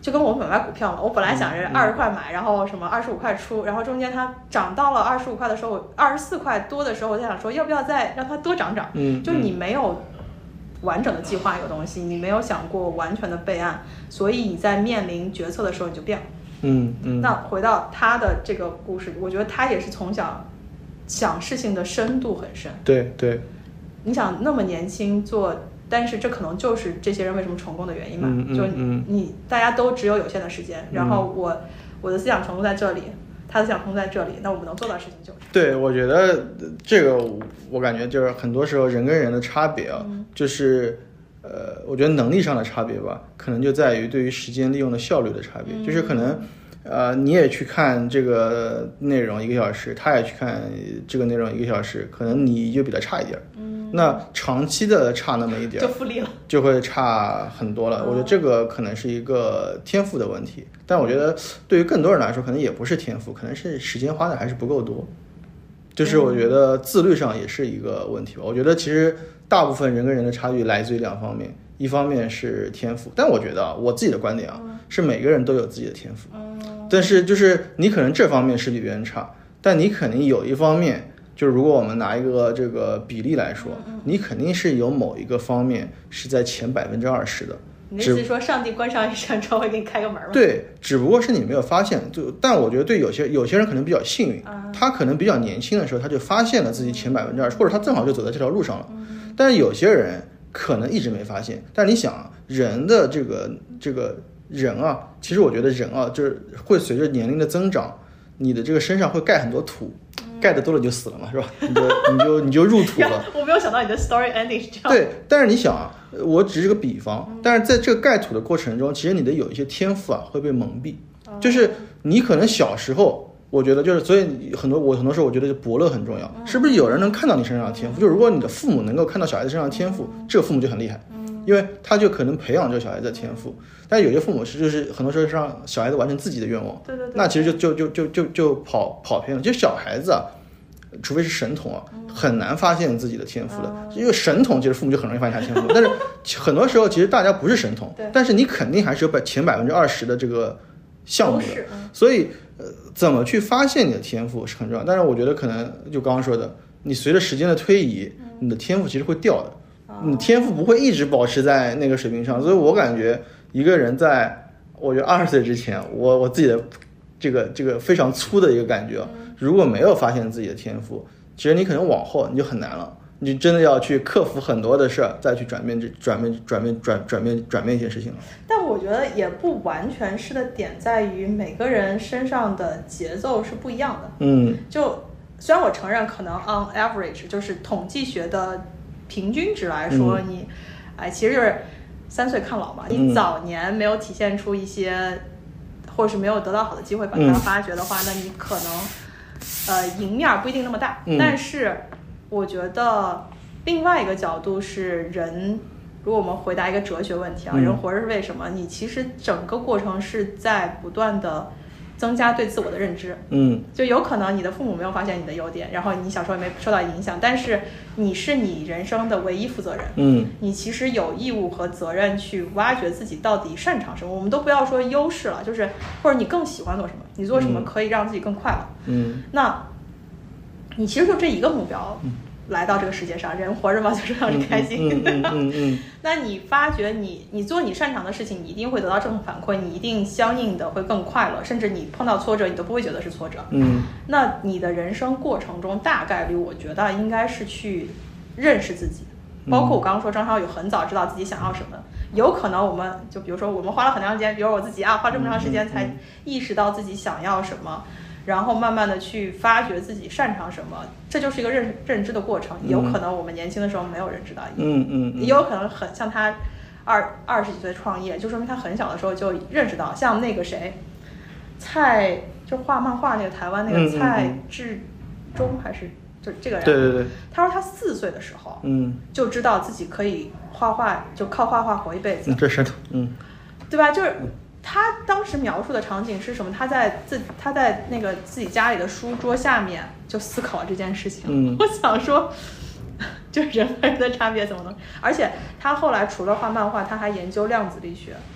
[SPEAKER 2] 就跟我们买股票嘛，我本来想着二十块买，然后什么二十五块出，然后中间它涨到了二十五块的时候，二十四块多的时候，我就想说要不要再让它多涨涨。
[SPEAKER 1] 嗯，
[SPEAKER 2] 就你没有完整的计划一个东西，你没有想过完全的备案，所以你在面临决策的时候你就变了。
[SPEAKER 1] 嗯嗯。
[SPEAKER 2] 那回到他的这个故事，我觉得他也是从小想事情的深度很深。
[SPEAKER 1] 对对。
[SPEAKER 2] 你想那么年轻做。但是这可能就是这些人为什么成功的原因嘛，
[SPEAKER 1] 嗯嗯、
[SPEAKER 2] 就你、嗯、大家都只有有限的时间，然后我、嗯、我的思想程度在这里，他的思想程度在这里，那我们能做到的事情就是。
[SPEAKER 1] 对，我觉得这个我感觉就是很多时候人跟人的差别啊，嗯、就是呃，我觉得能力上的差别吧，可能就在于对于时间利用的效率的差别，嗯、就是可能。呃，你也去看这个内容一个小时，他也去看这个内容一个小时，可能你就比他差一点，嗯，那长期的差那么一点
[SPEAKER 2] 就复利了，
[SPEAKER 1] 就会差很多了。嗯、我觉得这个可能是一个天赋的问题，但我觉得对于更多人来说，可能也不是天赋，可能是时间花的还是不够多。就是我觉得自律上也是一个问题吧。我觉得其实大部分人跟人的差距来自于两方面，一方面是天赋，但我觉得啊，我自己的观点啊，嗯、是每个人都有自己的天赋。嗯但是就是你可能这方面是比别人差，但你肯定有一方面，就是如果我们拿一个这个比例来说，你肯定是有某一个方面是在前百分之二十的。
[SPEAKER 2] 你的意思是说上帝关上一扇窗会给你开个门吗？
[SPEAKER 1] 对，只不过是你没有发现。就但我觉得对有些有些人可能比较幸运，嗯、他可能比较年轻的时候他就发现了自己前百分之二十，或者他正好就走在这条路上了。嗯、但是有些人可能一直没发现。但是你想，人的这个这个。人啊，其实我觉得人啊，就是会随着年龄的增长，你的这个身上会盖很多土，嗯、盖的多了你就死了嘛，是吧？你就你就你就入土了。
[SPEAKER 2] 我没有想到你的 story ending 是这样。
[SPEAKER 1] 对，但是你想啊，我只是个比方，嗯、但是在这个盖土的过程中，其实你的有一些天赋啊会被蒙蔽，嗯、就是你可能小时候，我觉得就是，所以很多我很多时候我觉得伯乐很重要，嗯、是不是有人能看到你身上的天赋？嗯、就如果你的父母能够看到小孩子身上的天赋，嗯、这个父母就很厉害。因为他就可能培养这个小孩子的天赋，但有些父母是就是很多时候是让小孩子完成自己的愿望，
[SPEAKER 2] 对对对，
[SPEAKER 1] 那其实就就就就就就跑跑偏了。就小孩子啊，除非是神童啊，嗯、很难发现自己的天赋的。嗯、因为神童其实父母就很容易发现他天赋，但是很多时候其实大家不是神童，但是你肯定还是有百前百分之二十的这个项目的，
[SPEAKER 2] 嗯、
[SPEAKER 1] 所以呃，怎么去发现你的天赋是很重要。但是我觉得可能就刚刚说的，你随着时间的推移，你的天赋其实会掉的。你天赋不会一直保持在那个水平上，所以我感觉一个人在，我觉得二十岁之前，我我自己的这个这个非常粗的一个感觉，如果没有发现自己的天赋，其实你可能往后你就很难了，你真的要去克服很多的事儿，再去转变这转变转变转转变转变一些事情了。
[SPEAKER 2] 但我觉得也不完全是的点在于每个人身上的节奏是不一样的。
[SPEAKER 1] 嗯，
[SPEAKER 2] 就虽然我承认可能 on average 就是统计学的平均值来说，嗯、你，哎，其实就是三岁看老嘛。嗯、你早年没有体现出一些，或是没有得到好的机会把它发掘的话，嗯、那你可能，呃，赢面不一定那么大。
[SPEAKER 1] 嗯、
[SPEAKER 2] 但是，我觉得另外一个角度是人，如果我们回答一个哲学问题啊，嗯、人活着是为什么？你其实整个过程是在不断的增加对自我的认知。
[SPEAKER 1] 嗯，
[SPEAKER 2] 就有可能你的父母没有发现你的优点，然后你小时候也没受到影响，但是你是你人生的唯一负责人。
[SPEAKER 1] 嗯，
[SPEAKER 2] 你其实有义务和责任去挖掘自己到底擅长什么。我们都不要说优势了，就是或者你更喜欢做什么，你做什么可以让自己更快乐。
[SPEAKER 1] 嗯，
[SPEAKER 2] 那你其实就这一个目标。嗯，来到这个世界上，人活着嘛，就是让你开心。
[SPEAKER 1] 嗯嗯嗯嗯、
[SPEAKER 2] 那你发觉你你做你擅长的事情，你一定会得到正反馈，你一定相应的会更快乐，甚至你碰到挫折，你都不会觉得是挫折。
[SPEAKER 1] 嗯，
[SPEAKER 2] 那你的人生过程中，大概率我觉得应该是去认识自己，包括我刚刚说张超宇很早知道自己想要什么。有可能我们就比如说我们花了很长时间，比如我自己啊，花这么长时间才意识到自己想要什么。然后慢慢的去发掘自己擅长什么，这就是一个认认知的过程。有可能我们年轻的时候没有认知到，
[SPEAKER 1] 嗯嗯，
[SPEAKER 2] 也有可能很像他二二十几岁创业，就说明他很小的时候就认识到，像那个谁，蔡就画漫画那个台湾那个蔡志忠还是就这个人，
[SPEAKER 1] 对对对，
[SPEAKER 2] 他说他四岁的时候，
[SPEAKER 1] 嗯，
[SPEAKER 2] 就知道自己可以画画，就靠画画活一辈子，
[SPEAKER 1] 嗯、这是嗯，
[SPEAKER 2] 对吧？就是。他当时描述的场景是什么？他在自他在那个自己家里的书桌下面就思考这件事情。
[SPEAKER 1] 嗯，
[SPEAKER 2] 我想说，就人和人的差别怎么能？而且他后来除了画漫画，他还研究量子力学。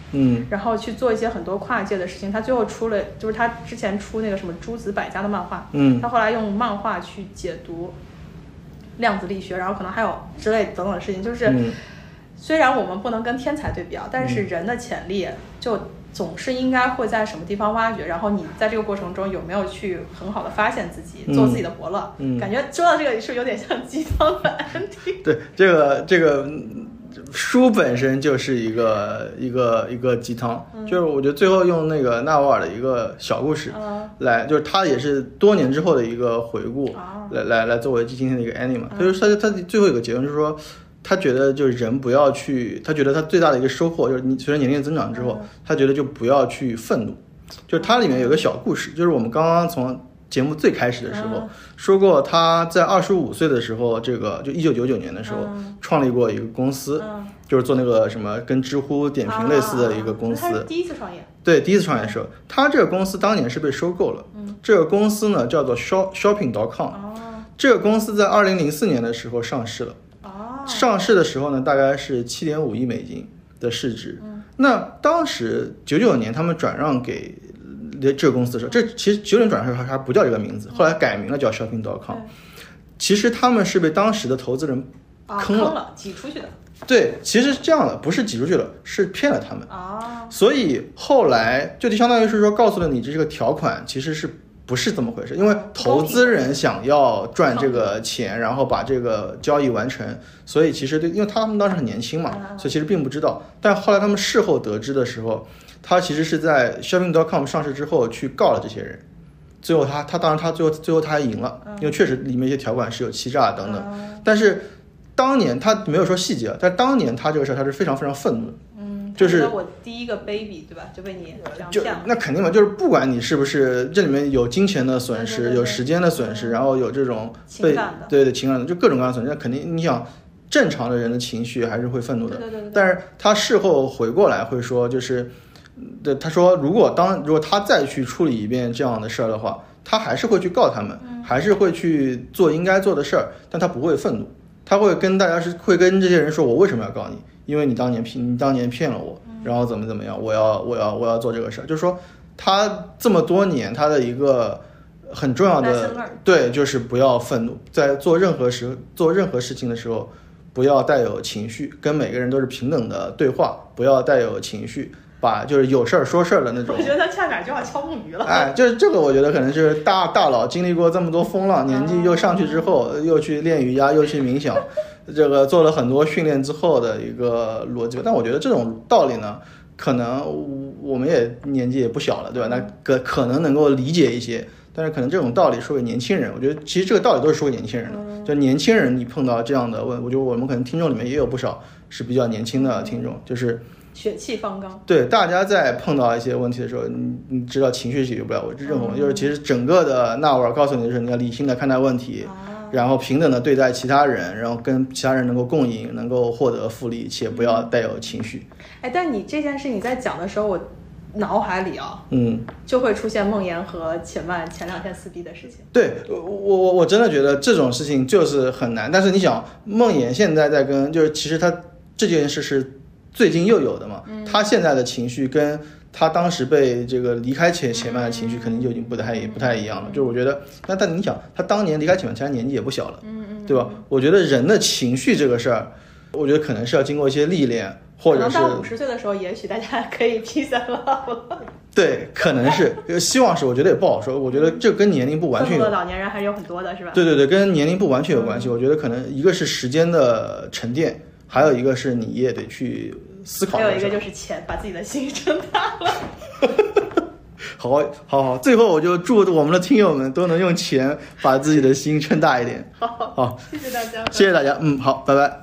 [SPEAKER 1] 嗯，
[SPEAKER 2] 然后去做一些很多跨界的事情。他最后出了，就是他之前出那个什么诸子百家的漫画，
[SPEAKER 1] 嗯，
[SPEAKER 2] 他后来用漫画去解读量子力学，然后可能还有之类等等的事情。就是、
[SPEAKER 1] 嗯、
[SPEAKER 2] 虽然我们不能跟天才对比啊，但是人的潜力就总是应该会在什么地方挖掘，然后你在这个过程中有没有去很好的发现自己，做自己的伯乐。
[SPEAKER 1] 嗯，
[SPEAKER 2] 感觉说到这个是有点像鸡汤的 ending。
[SPEAKER 1] 对，这个这个书本身就是一个一个一个鸡汤、嗯，就是我觉得最后用那个纳瓦尔的一个小故事来，嗯、就是他也是多年之后的一个回顾，
[SPEAKER 2] 啊、
[SPEAKER 1] 来来来作为今天的一个 ending 嘛。就是他他最后有个结论就是说。他觉得就是人不要去，他觉得他最大的一个收获就是你随着年龄增长之后，他觉得就不要去愤怒。就是它里面有个小故事，就是我们刚刚从节目最开始的时候说过，他在二十五岁的时候，这个就一九九九年的时候创立过一个公司，就是做那个什么跟知乎点评类似的一个公司。
[SPEAKER 2] 他是第一次创业。对，
[SPEAKER 1] 第一次创业的时候，他这个公司当年是被收购了。这个公司呢叫做 shopping dot com。这个公司在二零零四年的时候上市了。上市的时候呢，大概是七点五亿美金的市值。嗯、那当时九九年他们转让给这个公司的时候，这其实九九年转让的时候还不叫这个名字，后来改名了叫 shopping dot com。其实他们是被当时的投资人坑了，
[SPEAKER 2] 啊、坑了挤出去的。
[SPEAKER 1] 对，其实是这样的，不是挤出去了，是骗了他们。
[SPEAKER 2] 啊，
[SPEAKER 1] 所以后来就相当于是说，告诉了你这个条款其实是。不是这么回事，因为投资人想要赚这个钱，然后把这个交易完成，所以其实对，因为他们当时很年轻嘛，所以其实并不知道。但后来他们事后得知的时候，他其实是在 shopping dot com 上市之后去告了这些人，最后他他当然他最后最后他还赢了，因为确实里面一些条款是有欺诈等等。但是当年他没有说细节，但当年他这个事儿他是非常非常愤怒的。就是
[SPEAKER 2] 我第一个 baby 对吧，就被你这样
[SPEAKER 1] 就那肯定嘛，就是不管你是不是这里面有金钱的损失，
[SPEAKER 2] 对对对
[SPEAKER 1] 有时间的损失，
[SPEAKER 2] 嗯、
[SPEAKER 1] 然后有这种
[SPEAKER 2] 被情感的，
[SPEAKER 1] 对对情感的，就各种各样的损失，那肯定你想正常的人的情绪还是会愤怒的。
[SPEAKER 2] 对对对对
[SPEAKER 1] 但是他事后回过来会说，就是对他说，如果当如果他再去处理一遍这样的事儿的话，他还是会去告他们，
[SPEAKER 2] 嗯、
[SPEAKER 1] 还是会去做应该做的事儿，但他不会愤怒，他会跟大家是会跟这些人说，我为什么要告你？因为你当年骗你当年骗了我。然后怎么怎么样，我要我要我要做这个事儿，就是说他这么多年他的一个很重要的对，就是不要愤怒，在做任何时做任何事情的时候，不要带有情绪，跟每个人都是平等的对话，不要带有情绪，把就是有事儿说事儿的那种。
[SPEAKER 2] 我觉得他恰点就要敲木鱼了。
[SPEAKER 1] 哎，就是这个，我觉得可能是大大佬经历过这么多风浪，年纪又上去之后，又去练瑜伽，又去冥想。这个做了很多训练之后的一个逻辑，但我觉得这种道理呢，可能我们也年纪也不小了，对吧？那可可能能够理解一些，但是可能这种道理说给年轻人，我觉得其实这个道理都是说给年轻人的。嗯、就年轻人，你碰到这样的问，我觉得我们可能听众里面也有不少是比较年轻的听众，就是
[SPEAKER 2] 血气方刚。
[SPEAKER 1] 对，大家在碰到一些问题的时候，你你知道情绪解决不了，我任何、嗯、就是其实整个的纳瓦尔告诉你的是，你要理性的看待问题。啊然后平等的对待其他人，然后跟其他人能够共赢，能够获得复利，且不要带有情绪。
[SPEAKER 2] 哎，但你这件事你在讲的时候，我脑海里啊，
[SPEAKER 1] 嗯，
[SPEAKER 2] 就会出现梦妍和且曼前两天撕逼的事情。
[SPEAKER 1] 对，我我我真的觉得这种事情就是很难。但是你想，梦妍现在在跟，就是其实他这件事是最近又有的嘛，嗯、他现在的情绪跟。他当时被这个离开且且曼的情绪肯定就已经不太不太一样了，就是我觉得，那但你想，他当年离开且曼，其实年纪也不小了，
[SPEAKER 2] 嗯嗯，
[SPEAKER 1] 对吧？我觉得人的情绪这个事儿，我觉得可能是要经过一些历练，或者是
[SPEAKER 2] 到五十岁的时候，也许大家可以 peace and love 了。
[SPEAKER 1] 对，可能是，希望是，我觉得也不好说。我觉得这跟年龄不完全有，
[SPEAKER 2] 的老年人还是有很多的，是吧？
[SPEAKER 1] 对对对，跟年龄不完全有关系。嗯、我觉得可能一个是时间的沉淀，还有一个是你也得去思考。
[SPEAKER 2] 还有一个就是钱，把自己的心撑大了。
[SPEAKER 1] 好好好，最后我就祝我们的听友们都能用钱把自己的心撑大一点。
[SPEAKER 2] 好，
[SPEAKER 1] 好，
[SPEAKER 2] 谢谢大家，
[SPEAKER 1] 谢谢大家，嗯，好，拜拜。